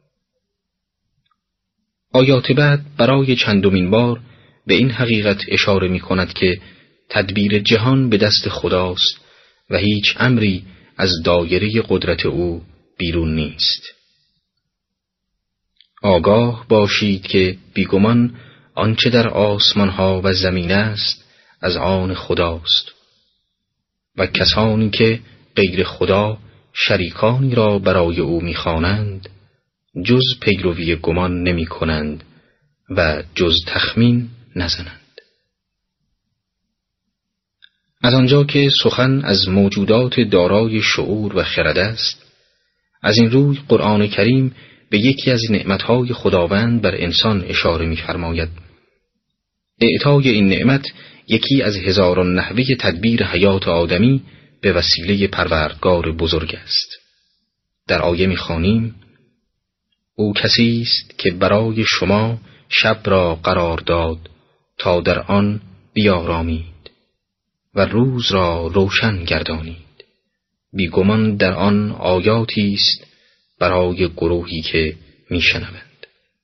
S2: آیات بعد برای چندمین بار به این حقیقت اشاره می کند که تدبیر جهان به دست خداست و هیچ امری از دایره قدرت او بیرون نیست. آگاه باشید که بیگمان آنچه در آسمانها و زمین است از آن خداست و کسانی که غیر خدا شریکانی را برای او می‌خوانند جز پیروی گمان نمی کنند و جز تخمین نزنند. از آنجا که سخن از موجودات دارای شعور و خرد است، از این روی قرآن کریم
S3: به یکی از نعمتهای خداوند بر انسان اشاره می‌فرماید. اعطای این نعمت یکی از هزاران نحوه تدبیر حیات آدمی به وسیله پروردگار بزرگ است. در آیه می‌خوانیم: او کسی است که برای شما شب را قرار داد تا در آن بیارامید و روز را روشن گردانید. بیگمان در آن آیاتی است برای گروهی که میشنوند.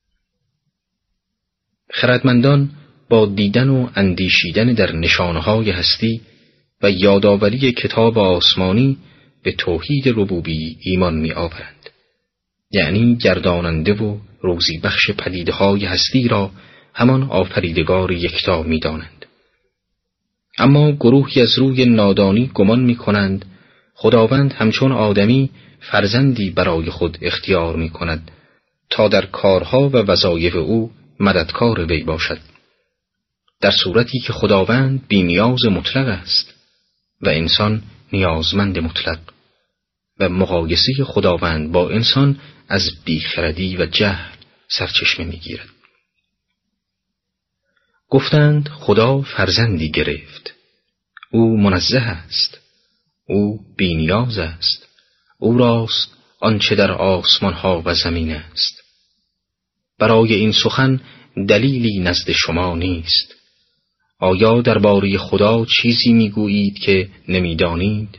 S3: خردمندان با دیدن و اندیشیدن در نشانهای هستی و یادآوری کتاب آسمانی به توحید ربوبی ایمان می‌آورند، یعنی گرداننده و روزی بخش پدیده‌های هستی را همان آفریدگار یکتا می‌دانند. اما گروهی از روی نادانی گمان می‌کنند خداوند همچون آدمی فرزندی برای خود اختیار می‌کند تا در کارها و وظایف او مددکار وی باشد، در صورتی که خداوند بی‌نیاز مطلق است و انسان نیازمند مطلق و مقایسه خداوند با انسان از بیخردی و جهل سرچشمه می‌گیرد. گفتند خدا فرزندی گرفت. او منزه است. او بی‌نیاز است. او راست آنچه در آسمان‌ها و زمین است. برای این سخن دلیلی نزد شما نیست. آیا درباره خدا چیزی میگویید که نمیدانید؟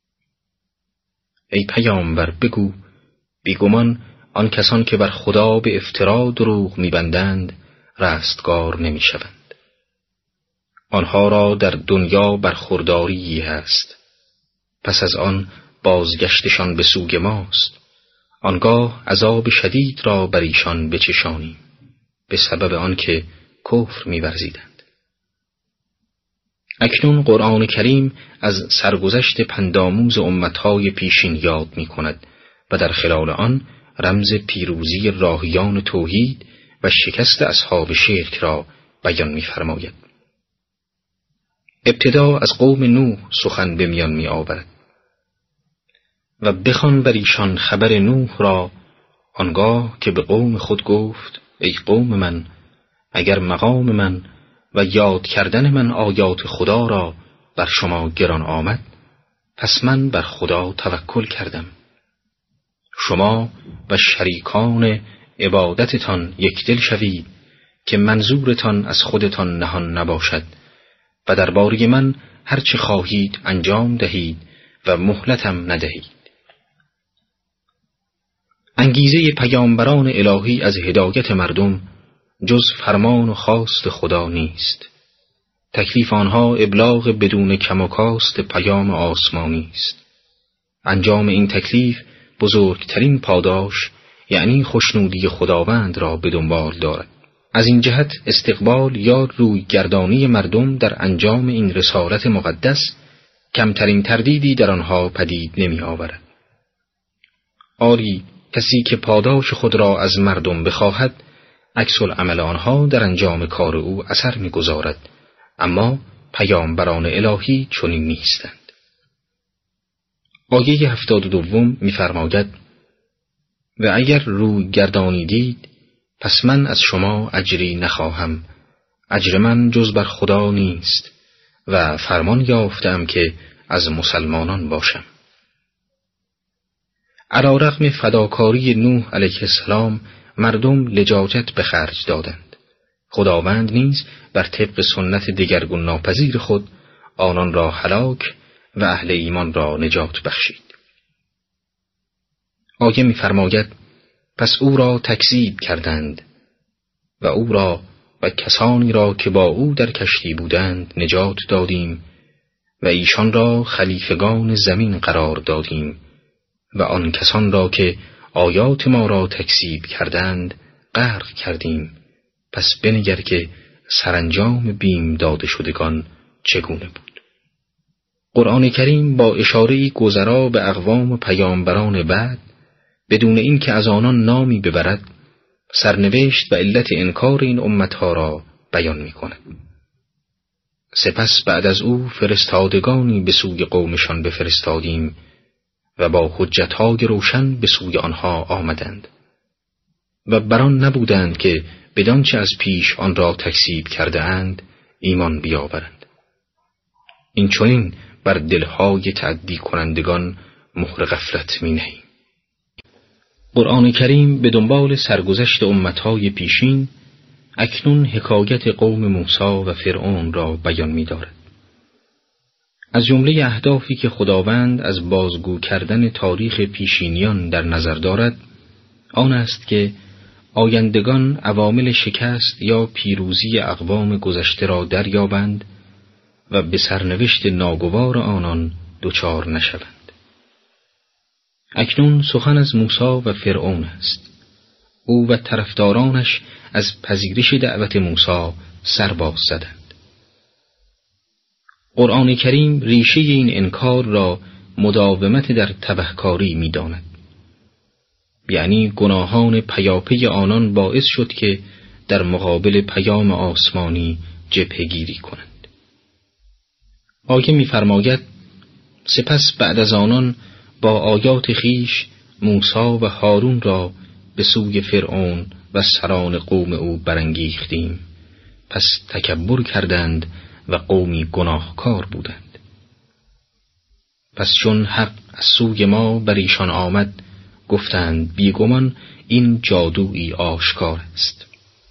S3: ای پیامبر بگو بیگمان آن کسان که بر خدا به افترا دروغ میبندند رستگار نمیشوند. آنها را در دنیا برخورداری هست، پس از آن بازگشتشان به سوی ماست. آنگاه عذاب شدید را بر ایشان بچشانیم به سبب آنکه کفر می‌ورزیدند. اکنون قرآن کریم از سرگذشت پندآموز امتهای پیشین یاد می‌کند و در خلال آن رمز پیروزی راهیان توحید و شکست اصحاب شرک را بیان می‌فرماید. ابتدا از قوم نوح سخن به میان می‌آورد و بخوان بر ایشان خبر نوح را، آنگاه که به قوم خود گفت: ای قوم من، اگر مقام من و یاد کردن من آیات خدا را بر شما گران آمد، پس من بر خدا توکل کردم. شما و شریکان عبادتتان یک دل شوید که منظورتان از خودتان نهان نباشد و درباره من هر چه خواهید انجام دهید و مهلتم ندهید. انگیزه پیامبران الهی از هدایت مردم جز فرمان و خواست خدا نیست. تکلیف آنها ابلاغ بدون کم و کاست پیام آسمانی است. انجام این تکلیف بزرگترین پاداش یعنی خوشنودی خداوند را به دنبال دارد. از این جهت استقبال یا روی گردانی مردم در انجام این رسالت مقدس کمترین تردیدی در آنها پدید نمی آورد. آری کسی که پاداش خود را از مردم بخواهد، عکس العمل آنها در انجام کار او اثر می‌گذارد، اما پیامبران الهی چنین نیستند. آیه 72 می‌فرماید: و اگر روی گردانیدید پس من از شما اجری نخواهم، اجر من جز بر خدا نیست و فرمان یافتم که از مسلمانان باشم. علی رغم فداکاری نوح علیه السلام مردم لجاجت به خرج دادند. خداوند نیز بر طبق سنت دگرگون ناپذیر خود آنان را هلاک و اهل ایمان را نجات بخشید. آیه می‌فرماید: پس او را تکذیب کردند و او را و کسانی را که با او در کشتی بودند نجات دادیم و ایشان را خلیفگان زمین قرار دادیم و آن کسان را که آیات ما را تکذیب کردند غرق کردیم. پس بنگر که سرانجام بیم داده شدگان چگونه بود. قرآن کریم با اشاره‌ای گذرا به اقوام و پیامبران بعد بدون اینکه از آنان نامی ببرد سرنوشت و علت انکار این امتها را بیان می‌کند. سپس بعد از او فرستادگانی به سوی قومشان بفرستادیم و با حجت‌های روشن به سوی آنها آمدند. و بران نبودند که بدانچه از پیش آن را تکذیب کرده اند ایمان بیاورند. این چنین بر دلهای تعدی کنندگان مهر غفلت می نهیم. قرآن کریم به دنبال سرگذشت امتهای پیشین اکنون حکایت قوم موسی و فرعون را بیان می دارد. از جمله اهدافی که خداوند از بازگو کردن تاریخ پیشینیان در نظر دارد آن است که آیندگان عوامل شکست یا پیروزی اقوام گذشته را دریابند و به سرنوشت ناگوار آنان دچار نشوند. اکنون سخن از موسی و فرعون است. او و طرفدارانش از پذیرش دعوت موسی سرباز زدند. قرآن کریم ریشه این انکار را مداومت در تبهکاری می داند. یعنی گناهان پیاپی آنان باعث شد که در مقابل پیام آسمانی جبهه‌گیری کنند. آیه می‌فرماید سپس بعد از آنان با آیات خویش موسی و هارون را به سوی فرعون و سران قوم او برانگیختیم، پس تکبر کردند و قومی گناهکار بودند. پس چون حق از سوی ما بر ایشان آمد گفتند بیگمان این جادویی آشکار است.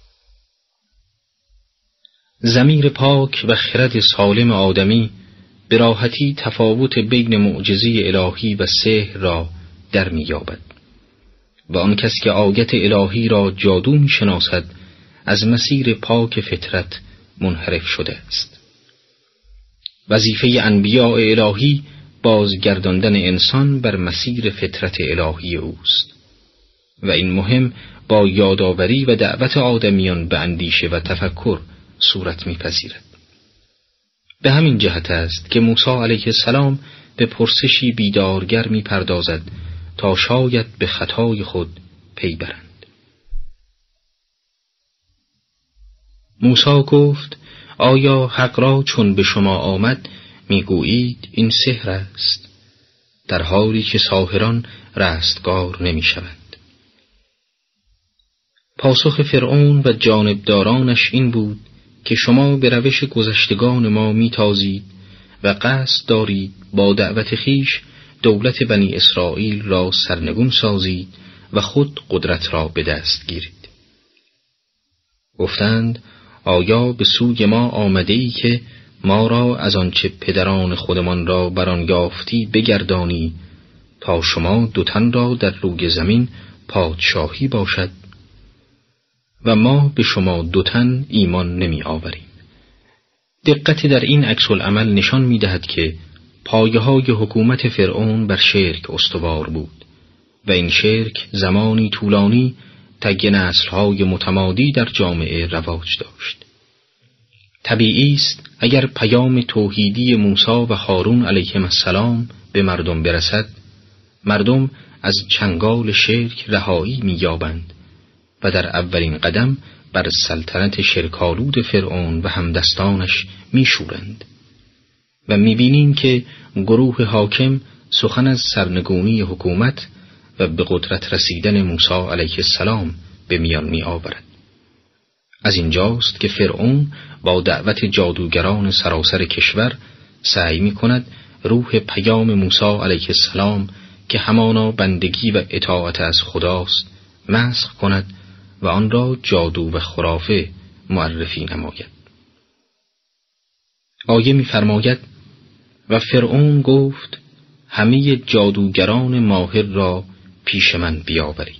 S3: ضمیر پاک و خرد سالم آدمی به راحتی تفاوت بین معجزه الهی و سحر را در می‌یابد و آن کس که آیت الهی را جادو می‌شناسد از مسیر پاک فطرت منحرف شده است. وظیفه انبیاء الهی بازگرداندن انسان بر مسیر فطرت الهی اوست و این مهم با یادآوری و دعوت آدمیان به اندیشه و تفکر صورت می‌پذیرد. به همین جهت است که موسی علیه السلام به پرسشی بیدارگر می‌پردازد تا شاید به خطای خود پی برند. موسی گفت آیا حق را چون به شما آمد میگویید این سحر است، در حالی که ساحران رستگار نمیشوند. پاسخ فرعون و جانبدارانش این بود که شما به روش گذشتگان ما میتازید و قصد دارید با دعوت خویش دولت بنی اسرائیل را سرنگون سازید و خود قدرت را به دست گیرید. گفتند آیا به سوی ما آمده‌ای که ما را از آنچه پدران خودمان را بر آن یافتی بگردانی تا شما دو تن را در روی زمین پادشاهی باشد و ما به شما دو تن ایمان نمی آوریم. دقت در این عکس العمل نشان می دهد که پایه‌های حکومت فرعون بر شرک استوار بود و این شرک زمانی طولانی طی نسل‌های متمادی در جامعه رواج داشت. طبیعی است اگر پیام توحیدی موسی و هارون علیهم السلام به مردم برسد، مردم از چنگال شرک رهایی می‌یابند و در اولین قدم بر سلطنت شرک‌آلود فرعون و همدستانش می‌شورند و می‌بینیم که گروه حاکم سخن از سرنگونی حکومت و به قدرت رسیدن موسی علیه السلام به میان می‌آورد. از اینجاست که فرعون با دعوت جادوگران سراسر کشور سعی می‌کند روح پیام موسی علیه السلام که همانا بندگی و اطاعت از خداست مسخ کند و آن را جادو و خرافه معرفی نماید. آیه می‌فرماید و فرعون گفت همه جادوگران ماهر را پیش من بیاورید.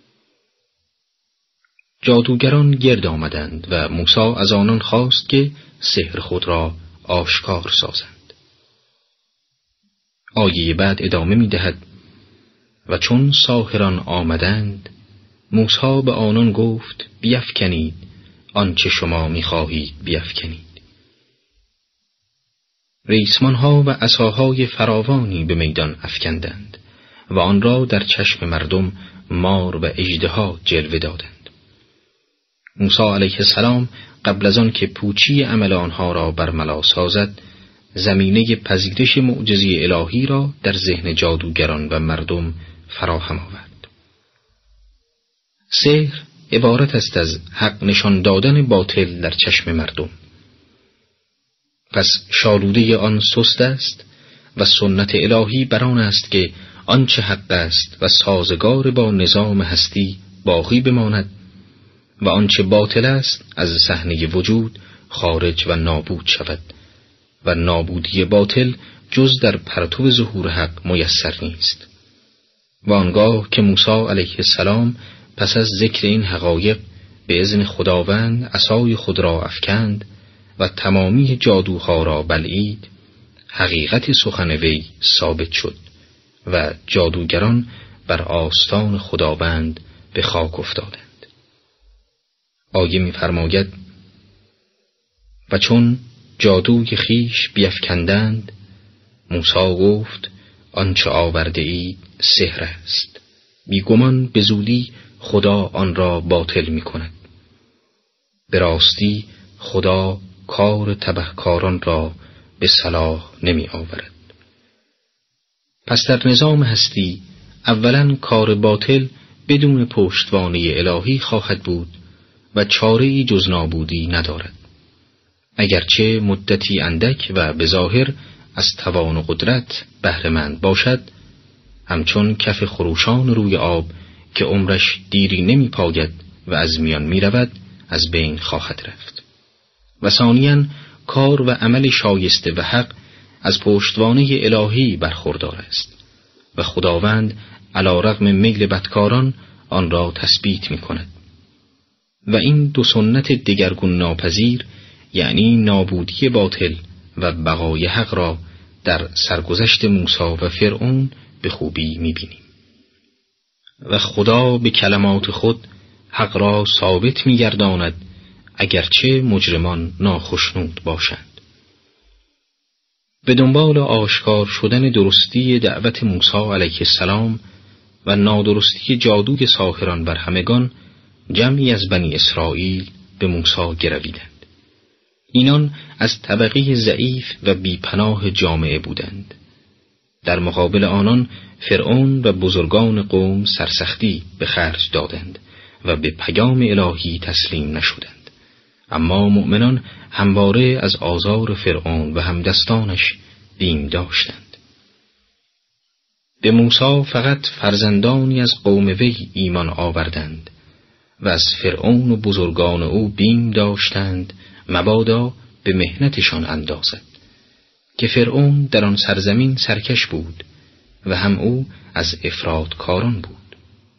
S3: جادوگران گرد آمدند و موسی از آنان خواست که سحر خود را آشکار سازند. آیه بعد ادامه می دهد و چون ساحران آمدند موسی به آنان گفت بیفکنید آنچه شما می خواهید بیفکنید. ریسمانها و عصاهای فراوانی به میدان افکندند و آن را در چشم مردم مار و اژدها جلوه دادند. موسی علیه السلام قبل از آن که پوچی عمل آنها را برملا سازد، زمینه پذیرش معجزه الهی را در ذهن جادوگران و مردم فراهم آورد. سحر عبارت است از حق نشان دادن باطل در چشم مردم. پس شالوده آن سست است و سنت الهی بر آن است که آنچه حق است و سازگار با نظام هستی باقی بماند و آنچه باطل است از صحنه وجود خارج و نابود شود و نابودی باطل جز در پرتو ظهور حق میسر نیست. و آنگاه که موسی علیه السلام پس از ذکر این حقایق به اذن خداوند عصای خود را افکند و تمامی جادوها را بلعید، حقیقت سخن وی ثابت شد و جادوگران بر آستان خداوند به خاک افتادند. آیه می‌فرماید: و چون جادوی خیش بیفکندند، موسی گفت آنچه آورده اید سحر است، بیگمان به زودی خدا آن را باطل می کند. به راستی خدا کار تبهکاران را به صلاح نمی آورد. پس در نظام هستی اولا کار باطل بدون پشتوانه الهی خواهد بود و چاره‌ای جز نابودی ندارد، اگرچه مدتی اندک و به ظاهر از توان و قدرت بهره‌مند باشد، همچون کف خروشان روی آب که عمرش دیری نمی پاید و از میان می رود از بین خواهد رفت. و ثانیاً کار و عمل شایسته و حق از پشتوانه الهی برخوردار است و خداوند علی رغم میل بدکاران آن را تثبیت می کند. و این دو سنت دگرگون ناپذیر، یعنی نابودی باطل و بقای حق را در سرگذشت موسی و فرعون به خوبی می بینیم. و خدا به کلمات خود حق را ثابت می گرداند اگرچه مجرمان ناخشنود باشند. به دنبال آشکار شدن درستی دعوت موسی علیه السلام و نادرستی جادوی ساحران بر همگان، جمعی از بنی اسرائیل به موسی گرویدند. اینان از طبقه ضعیف و بیپناه جامعه بودند. در مقابل آنان فرعون و بزرگان قوم سرسختی به خرج دادند و به پیام الهی تسلیم نشدند. اما مؤمنان همواره از آزار فرعون و همدستانش بیم داشتند. به موسی فقط فرزندانی از قوم وی ایمان آوردند و از فرعون و بزرگان او بیم داشتند، مبادا به محنتشان اندازد، که فرعون در آن سرزمین سرکش بود و هم او از افراطکاران بود.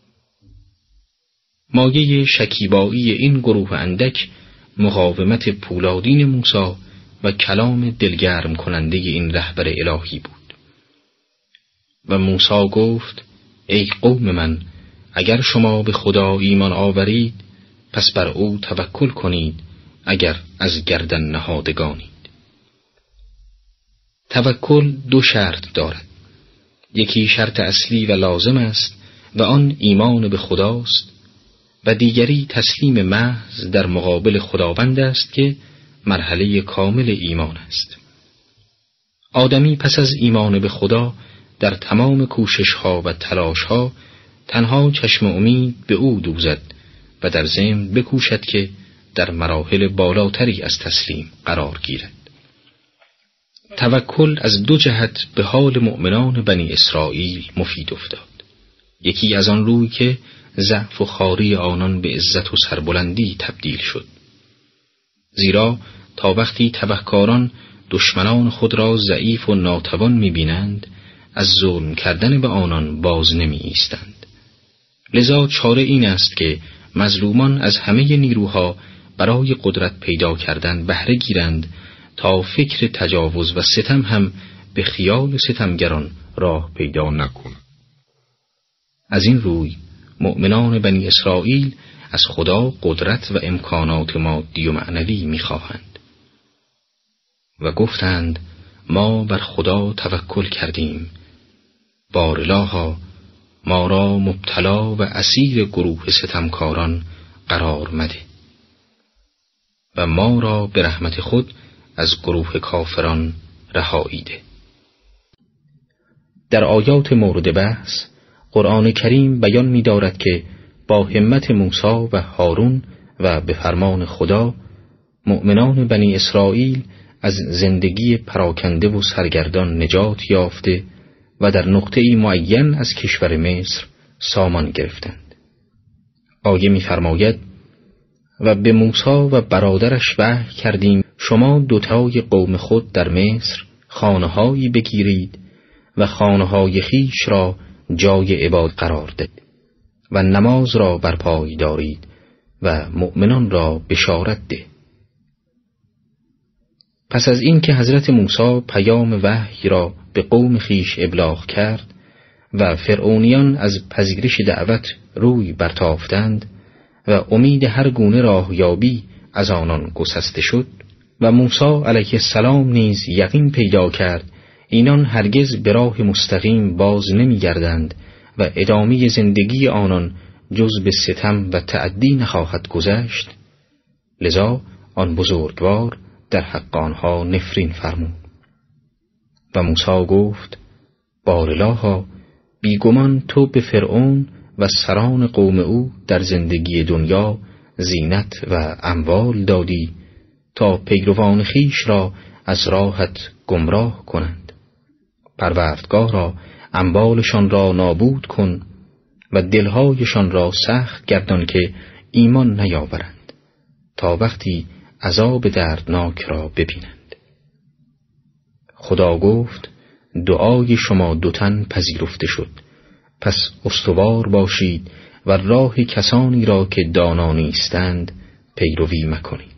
S3: مایه شکیبایی این گروه اندک مقاومت پولادین موسی و کلام دلگرم کننده این رهبر الهی بود. و موسی گفت: ای قوم من، اگر شما به خدا ایمان آورید پس بر او توکل کنید، اگر از گردن نهادگانید. توکل دو شرط دارد. یکی شرط اصلی و لازم است و آن ایمان به خداست و دیگری تسلیم محض در مقابل خداوند است که مرحله کامل ایمان است. آدمی پس از ایمان به خدا در تمام کوشش‌ها و تلاش‌ها تنها چشم امید به او دوزد و در ضمن بکوشد که در مراحل بالاتری از تسلیم قرار گیرد. توکل از دو جهت به حال مؤمنان بنی اسرائیل مفید افتاد. یکی از آن روی که ضعف و خواری آنان به عزت و سربلندی تبدیل شد. زیرا تا وقتی تبهکاران دشمنان خود را ضعیف و ناتوان می‌بینند، از ظلم کردن به آنان باز نمی ایستند. لذا چاره این است که مظلومان از همه نیروها برای قدرت پیدا کردن بهره گیرند تا فکر تجاوز و ستم هم به خیال ستمگران راه پیدا نکند. از این روی مؤمنان بنی اسرائیل از خدا قدرت و امکانات مادی و معنوی می‌خواهند و گفتند: ما بر خدا توکل کردیم، بارالها ما را مبتلا و اسیر گروه ستمکاران قرار مده و ما را به رحمت خود از گروه کافران رهایی ده. در آیات مورد بحث قرآن کریم بیان می دارد که با همت موسی و هارون و به فرمان خدا مؤمنان بنی اسرائیل از زندگی پراکنده و سرگردان نجات یافته و در نقطه‌ای معین از کشور مصر سامان گرفتند. آیه می‌فرماید: و به موسی و برادرش وحی کردیم شما دوتای قوم خود در مصر خانه‌هایی بگیرید و خانه‌های خویش را جای عبادت قرار دهید و نماز را برپای دارید و مؤمنان را بشارت ده. پس از این که حضرت موسی پیام وحی را به قوم خویش ابلاغ کرد و فرعونیان از پذیرش دعوت روی برتافتند و امید هر گونه راهیابی از آنان گسسته شد و موسی علیه السلام نیز یقین پیدا کرد اینان هرگز به راه مستقیم باز نمی‌گردند و ادامه زندگی آنان جز به ستم و تعدی نخواهد گذشت، لذا آن بزرگوار در حق آنها نفرین فرمود. و موسی گفت: بارالها، بیگمان تو به فرعون و سران قوم او در زندگی دنیا زینت و اموال دادی تا پیروان خویش را از راهت گمراه کنند. پروردگارا، اموالشان را نابود کن و دلهایشان را سخت گردان که ایمان نیاورند تا وقتی عذاب دردناک را ببینند. خدا گفت: دعای شما دو تن پذیرفته شد، پس استوار باشید و راه کسانی را که دانا نیستند پیروی مکنید.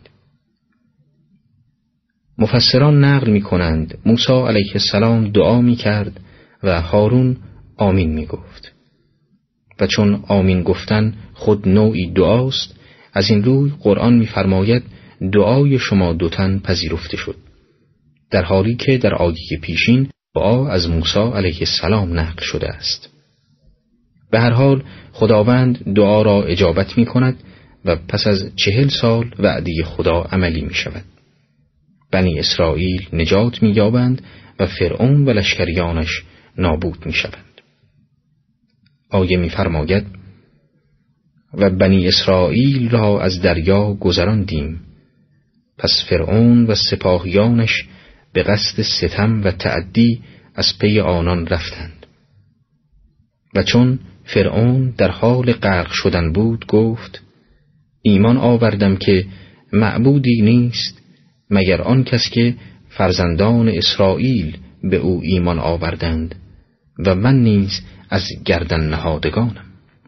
S3: مفسران نقل می کنند موسی علیه السلام دعا می کرد و هارون آمین می گفت و چون آمین گفتن خود نوعی دعاست، از این روی قرآن می فرماید دعای شما دو تن پذیرفته شد، در حالی که در آیه پیشین دعا از موسی علیه السلام نقل شده است. به هر حال خداوند دعا را اجابت می کند و پس از 40 سال وعده خدا عملی می شود. بنی اسرائیل نجات می یابند و فرعون و لشکریانش نابود می شوند. آیه می فرماید: و بنی اسرائیل را از دریا گذراندیم، پس فرعون و سپاهیانش به قصد ستم و تعدی از پی آنان رفتند. و چون فرعون در حال غرق شدن بود گفت: ایمان آوردم که معبودی نیست مگر آن کس که فرزندان اسرائیل به او ایمان آوردند و من نیز از گردن نهادگانم.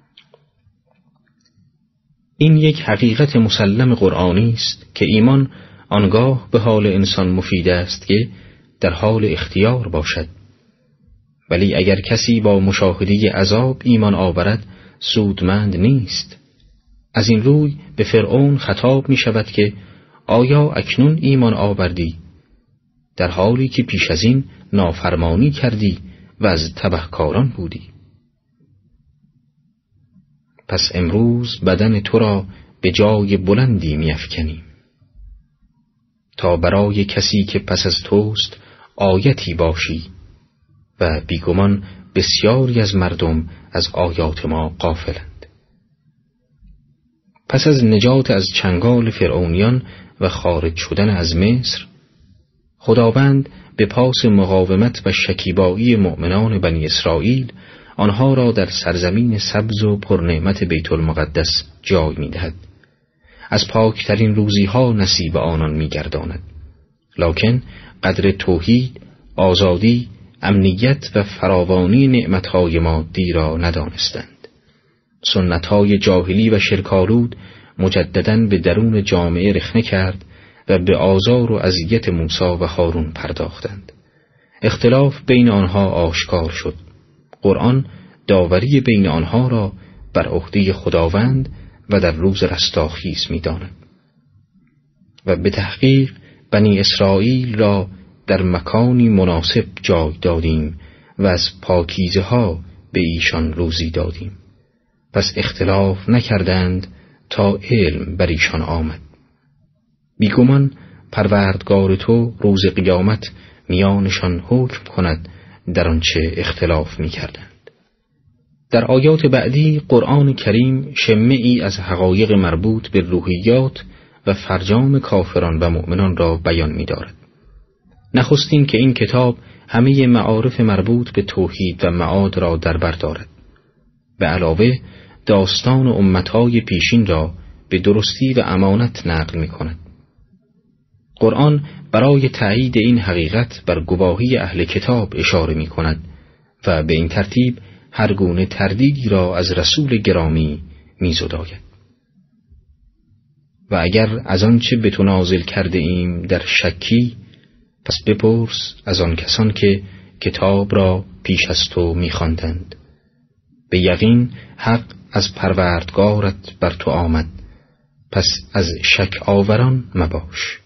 S3: این یک حقیقت مسلم قرآنی است که ایمان آنگاه به حال انسان مفید است که در حال اختیار باشد، ولی اگر کسی با مشاهده عذاب ایمان آورد سودمند نیست. از این روی به فرعون خطاب می شود که آیا اکنون ایمان آوردی در حالی که پیش از این نافرمانی کردی و از تبهکاران بودی؟ پس امروز بدن تو را به جای بلندی می افکنیم تا برای کسی که پس از توست آیتی باشی و بیگمان بسیاری از مردم از آیات ما غافلند. پس از نجات از چنگال فرعونیان و خارج شدن از مصر، خداوند به پاس مقاومت و شکیبایی مؤمنان بنی اسرائیل آنها را در سرزمین سبز و پرنعمت بیت المقدس جای می‌دهد. از پاکترین روزی‌ها نصیب آنان می‌گرداند. لکن قدر توحید، آزادی، امنیت و فراوانی نعمت‌های مادی را ندانستند. سنت‌های جاهلی و شرک‌آلود مجدداً به درون جامعه رخنه کرد و به آزار و اذیت موسی و هارون پرداختند. اختلاف بین آنها آشکار شد. قرآن داوری بین آنها را بر عهده خداوند و در روز رستاخیز می‌داند و به تحقیق بنی اسرائیل را در مکانی مناسب جای دادیم و از پاکیزه ها به ایشان روزی دادیم. پس اختلاف نکردند تا علم بر ایشان آمد. بیگمان پروردگار تو روز قیامت میانشان حکم کند در آنچه اختلاف می‌کردند. در آیات بعدی قرآن کریم شمعی از حقایق مربوط به روحیات و فرجام کافران و مؤمنان را بیان می‌دارد. نخستین که این کتاب همه معارف مربوط به توحید و معاد را در بر دارد. به علاوه داستان امتهای پیشین را به درستی و امانت نقل می‌کند. قرآن برای تأیید این حقیقت بر گواهی اهل کتاب اشاره می‌کند و به این ترتیب هر گونه تردیدی را از رسول گرامی می‌زداید. و اگر از آنچه به تو نازل کرده ایم در شکی، پس بپرس از آن کسان که کتاب را پیش از تو می‌خواندند. به یقین حق از پروردگارت بر تو آمد، پس از شک آوران مباش.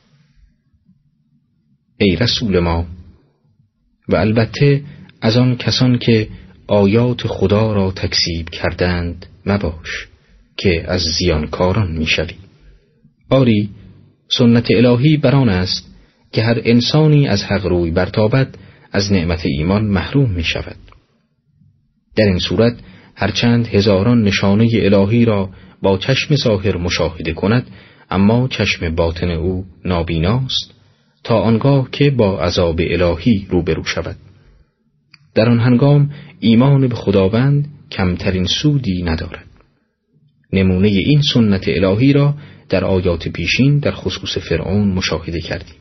S3: ای رسول ما، و البته از آن کسان که آیات خدا را تکذیب کردند مباش که از زیانکاران میشوی. آری سنت الهی بران است که هر انسانی از حق روی برتابد از نعمت ایمان محروم می شود. در این صورت هرچند هزاران نشانه الهی را با چشم ظاهر مشاهده کند، اما چشم باطن او نابیناست تا آنگاه که با عذاب الهی روبرو شود. در آن هنگام ایمان به خداوند کمترین سودی ندارد. نمونه این سنت الهی را در آیات پیشین در خصوص فرعون مشاهده کردیم.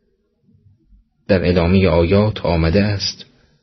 S3: در ادامه آیات آمده است: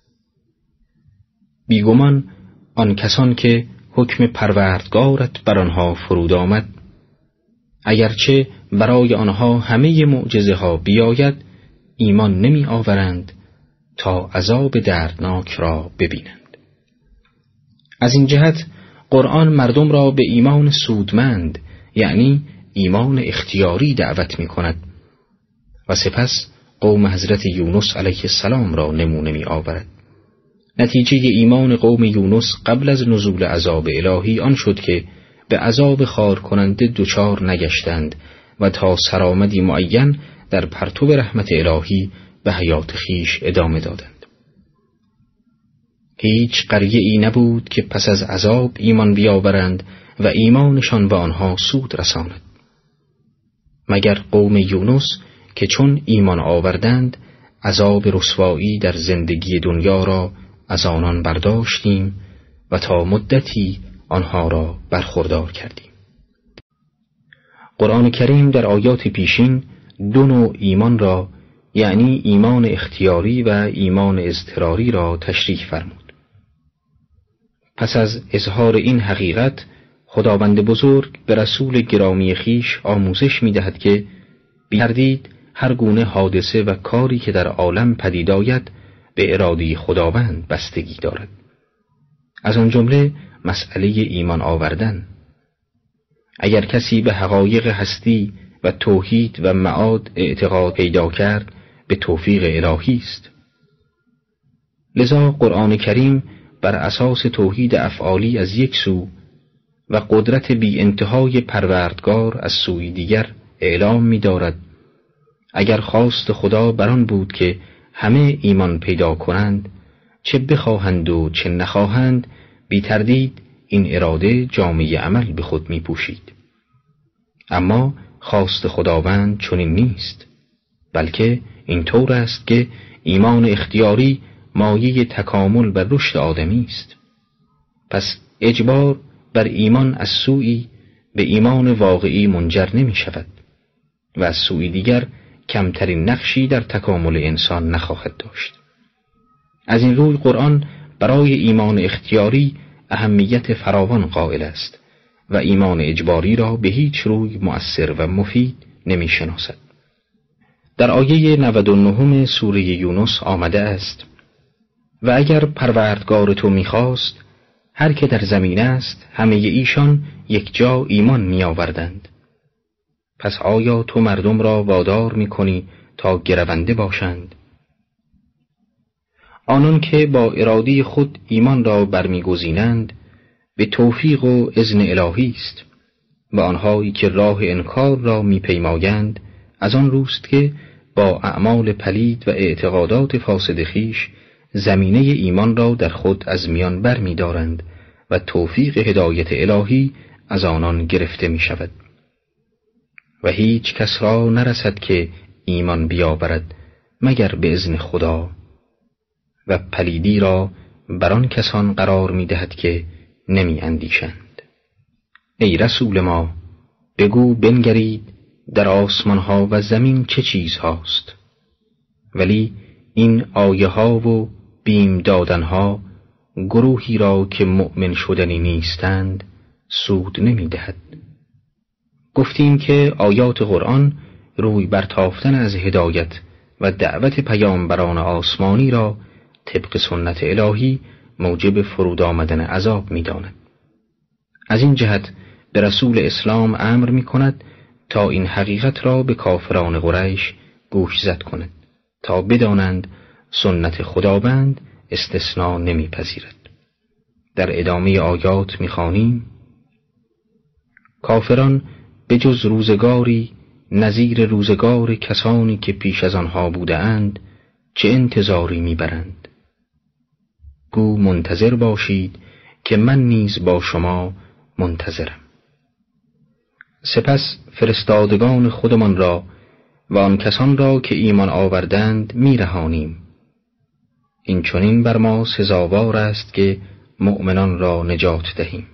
S3: بیگمان آن کسان که حکم پروردگارت بر آنها فرود آمد، اگرچه برای آنها همه معجزه ها بیاید، ایمان نمی آورند تا عذاب دردناک را ببینند. از این جهت قرآن مردم را به ایمان سودمند، یعنی ایمان اختیاری دعوت می کند و سپس قوم حضرت یونس علیه السلام را نمونه می آورد. نتیجه ایمان قوم یونس قبل از نزول عذاب الهی آن شد که به عذاب خار کننده دچار نگشتند و تا سرآمدی معین در پرتو رحمت الهی به حیات خیش ادامه دادند. هیچ قریه ای نبود که پس از عذاب ایمان بیاورند و ایمانشان به آنها سود رساند، مگر قوم یونس که چون ایمان آوردند عذاب رسوایی در زندگی دنیا را از آنان برداشتیم و تا مدتی آنها را برخوردار کردیم. قرآن کریم در آیات پیشین دو نوع ایمان را، یعنی ایمان اختیاری و ایمان اضطراری را تشریح فرمود. پس از اظهار این حقیقت، خداوند بزرگ به رسول گرامی خیش آموزش می دهد که بی تردید هر گونه حادثه و کاری که در عالم پدید آید به اراده خداوند بستگی دارد. از آن جمله مسئله ایمان آوردن. اگر کسی به حقایق هستی و توحید و معاد اعتقاد پیدا کرد، به توفیق الهی است. لذا قرآن کریم بر اساس توحید افعالی از یک سو و قدرت بی انتهای پروردگار از سوی دیگر اعلام می دارد اگر خواست خدا بران بود که همه ایمان پیدا کنند، چه بخواهند و چه نخواهند، بی تردید این اراده جامعه عمل به خود می پوشید. اما خواست خداوند چنین نیست، بلکه این طور است که ایمان اختیاری مایه تکامل و رشد آدمی است. پس اجبار بر ایمان از سوی به ایمان واقعی منجر نمی شود و از سوی دیگر کمترین نقشی در تکامل انسان نخواهد داشت. از این روی قرآن برای ایمان اختیاری اهمیت فراوان قائل است و ایمان اجباری را به هیچ روی مؤثر و مفید نمی شناسد. در آیه 99 سوره یونس آمده است: و اگر پروردگار تو می‌خواست، هر که در زمین است همه ایشان یک جا ایمان می‌آوردند. پس آیا تو مردم را وادار می‌کنی تا گرونده باشند؟ آنان که با اراده خود ایمان را برمی‌گزینند به توفیق و اذن الهی است و آنهایی که راه انکار را می‌پیمایند از آن روست که با اعمال پلید و اعتقادات فاسد خویش زمینه ایمان را در خود از میان بر می دارند و توفیق هدایت الهی از آنان گرفته می شود. و هیچ کس را نرسد که ایمان بیاورد مگر به اذن خدا و پلیدی را بر آن کسان قرار می دهد که نمی اندیشند. ای رسول ما، بگو بنگرید در آسمان ها و زمین چه چیز هاست، ولی این آیه ها و بیم دادن ها گروهی را که مؤمن شدنی نیستند سود نمی دهد. گفتیم که آیات قرآن روی برتافتن از هدایت و دعوت پیامبران آسمانی را طبق سنت الهی موجب فرود آمدن عذاب می داند. از این جهت به رسول اسلام امر می کند تا این حقیقت را به کافران قریش گوش زد کند تا بدانند سنت خداوند استثناء نمی پذیرد. در ادامه آیات می خوانیم: کافران به جز روزگاری نظیر روزگار کسانی که پیش از آنها بوده اند چه انتظاری می برند؟ گو منتظر باشید که من نیز با شما منتظرم. سپس فرستادگان خودمان را و آن کسان را که ایمان آوردند می رهانیم. این چنین بر ما سزاوار است که مؤمنان را نجات دهیم.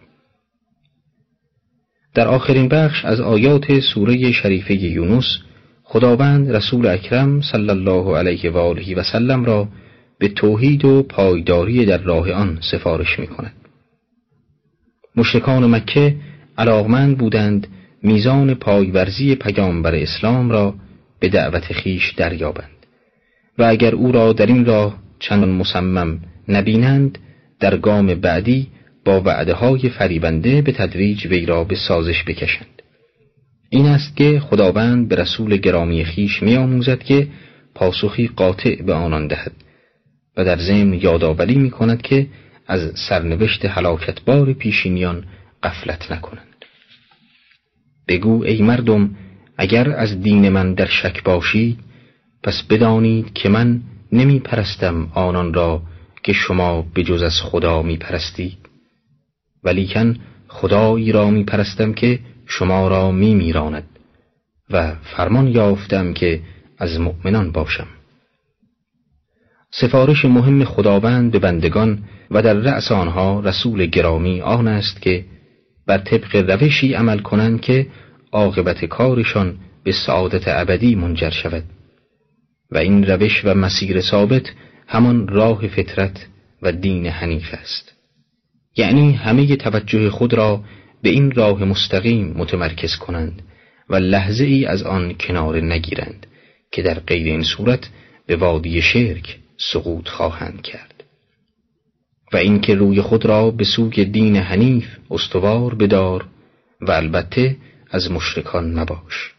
S3: در آخرین بخش از آیات سوره شریفه یونس خداوند رسول اکرم صلی الله علیه و آله و سلم را به توحید و پایداری در راه آن سفارش می کند. مشرکان مکه علاقمند بودند میزان پایورزی پیامبر اسلام را به دعوت خیش دریابند و اگر او را در این راه چندان مصمم نبینند در گام بعدی با وعده‌های فریبنده به تدریج وی را به سازش بکشند. این است که خداوند به رسول گرامی خیش می‌آموزد که پاسخی قاطع به آنان دهد و در ضمن یادآوری می‌کند که از سرنوشت هلاکتبار پیشینیان غفلت نکنند. بگو ای مردم، اگر از دین من در شک باشید پس بدانید که من نمی پرستم آنان را که شما به جز از خدا می پرستید، ولیکن خدایی را می پرستم که شما را می میراند و فرمان یافتم که از مؤمنان باشم. سفارش مهم خداوند به بندگان و در رأس آنها رسول گرامی آن است که بر طبق روشی عمل کنند که عاقبت کارشان به سعادت ابدی منجر شود و این روش و مسیر ثابت همان راه فطرت و دین حنیف است. یعنی همه توجه خود را به این راه مستقیم متمرکز کنند و لحظه ای از آن کناره نگیرند که در غیر این صورت به وادی شرک سقوط خواهند کرد. و اینکه روی خود را به سوی دین حنیف استوار بدار و البته از مشرکان مباش.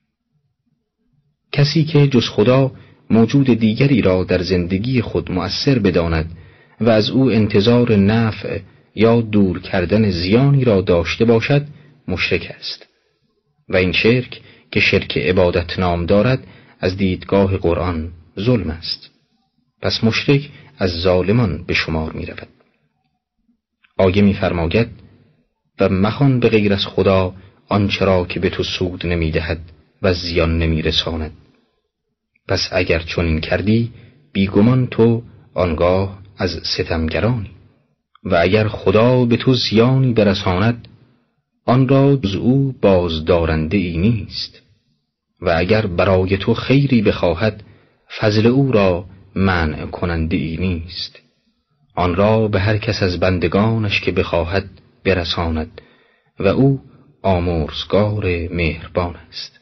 S3: کسی که جز خدا موجود دیگری را در زندگی خود مؤثر بداند و از او انتظار نفع یا دور کردن زیانی را داشته باشد مشرک است و این شرک که شرک عبادت نام دارد از دیدگاه قرآن ظلم است. پس مشرک از ظالمان به شمار می رود. آیه می فرماید و مخوان به غیر از خدا آنچه را که به تو سود نمی دهد و زیان نمی رساند. پس اگر چنین کردی بیگمان تو آنگاه از ستمگرانی و اگر خدا به تو زیانی برساند آن را از او بازدارنده ای نیست و اگر برای تو خیری بخواهد فضل او را منع کننده ای نیست. آن را به هر کس از بندگانش که بخواهد برساند و او آمرزگار مهربان است.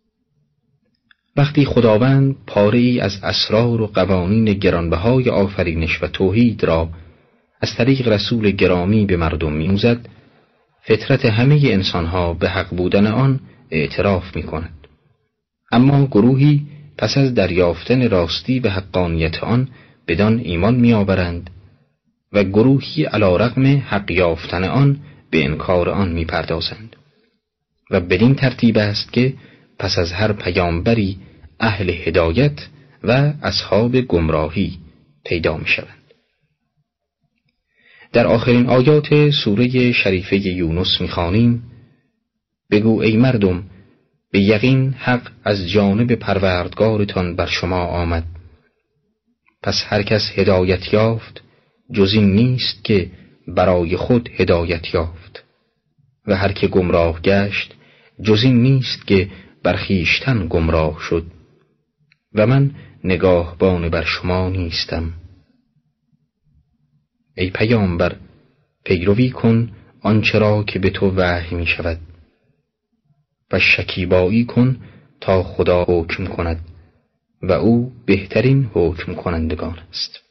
S3: وقتی خداوند پاره‌ای از اسرار و قوانین گرانبهای آفرینش و توحید را از طریق رسول گرامی به مردم می‌آموزد، فطرت همه انسانها به حق بودن آن اعتراف می‌کند. اما گروهی پس از دریافتن راستی به حقانیت آن بدان ایمان می‌آورند و گروهی علی رغم حق یافتن آن به انکار آن می‌پردازند و بدین ترتیب است که پس از هر پیامبری اهل هدایت و اصحاب گمراهی پیدا می‌شوند. در آخرین آیات سوره شریفه یونس می‌خوانیم: بگو ای مردم، به یقین حق از جانب پروردگارتان بر شما آمد. پس هر کس هدایت یافت جز این نیست که برای خود هدایت یافت، و هر که گمراه گشت جز این نیست که بر خویشتن گمراه شد، و من نگاهبان بر شما نیستم. ای پیامبر، پیروی کن آنچه را که به تو وحی می شود و شکیبایی کن تا خدا حکم کند و او بهترین حکم کنندگان است.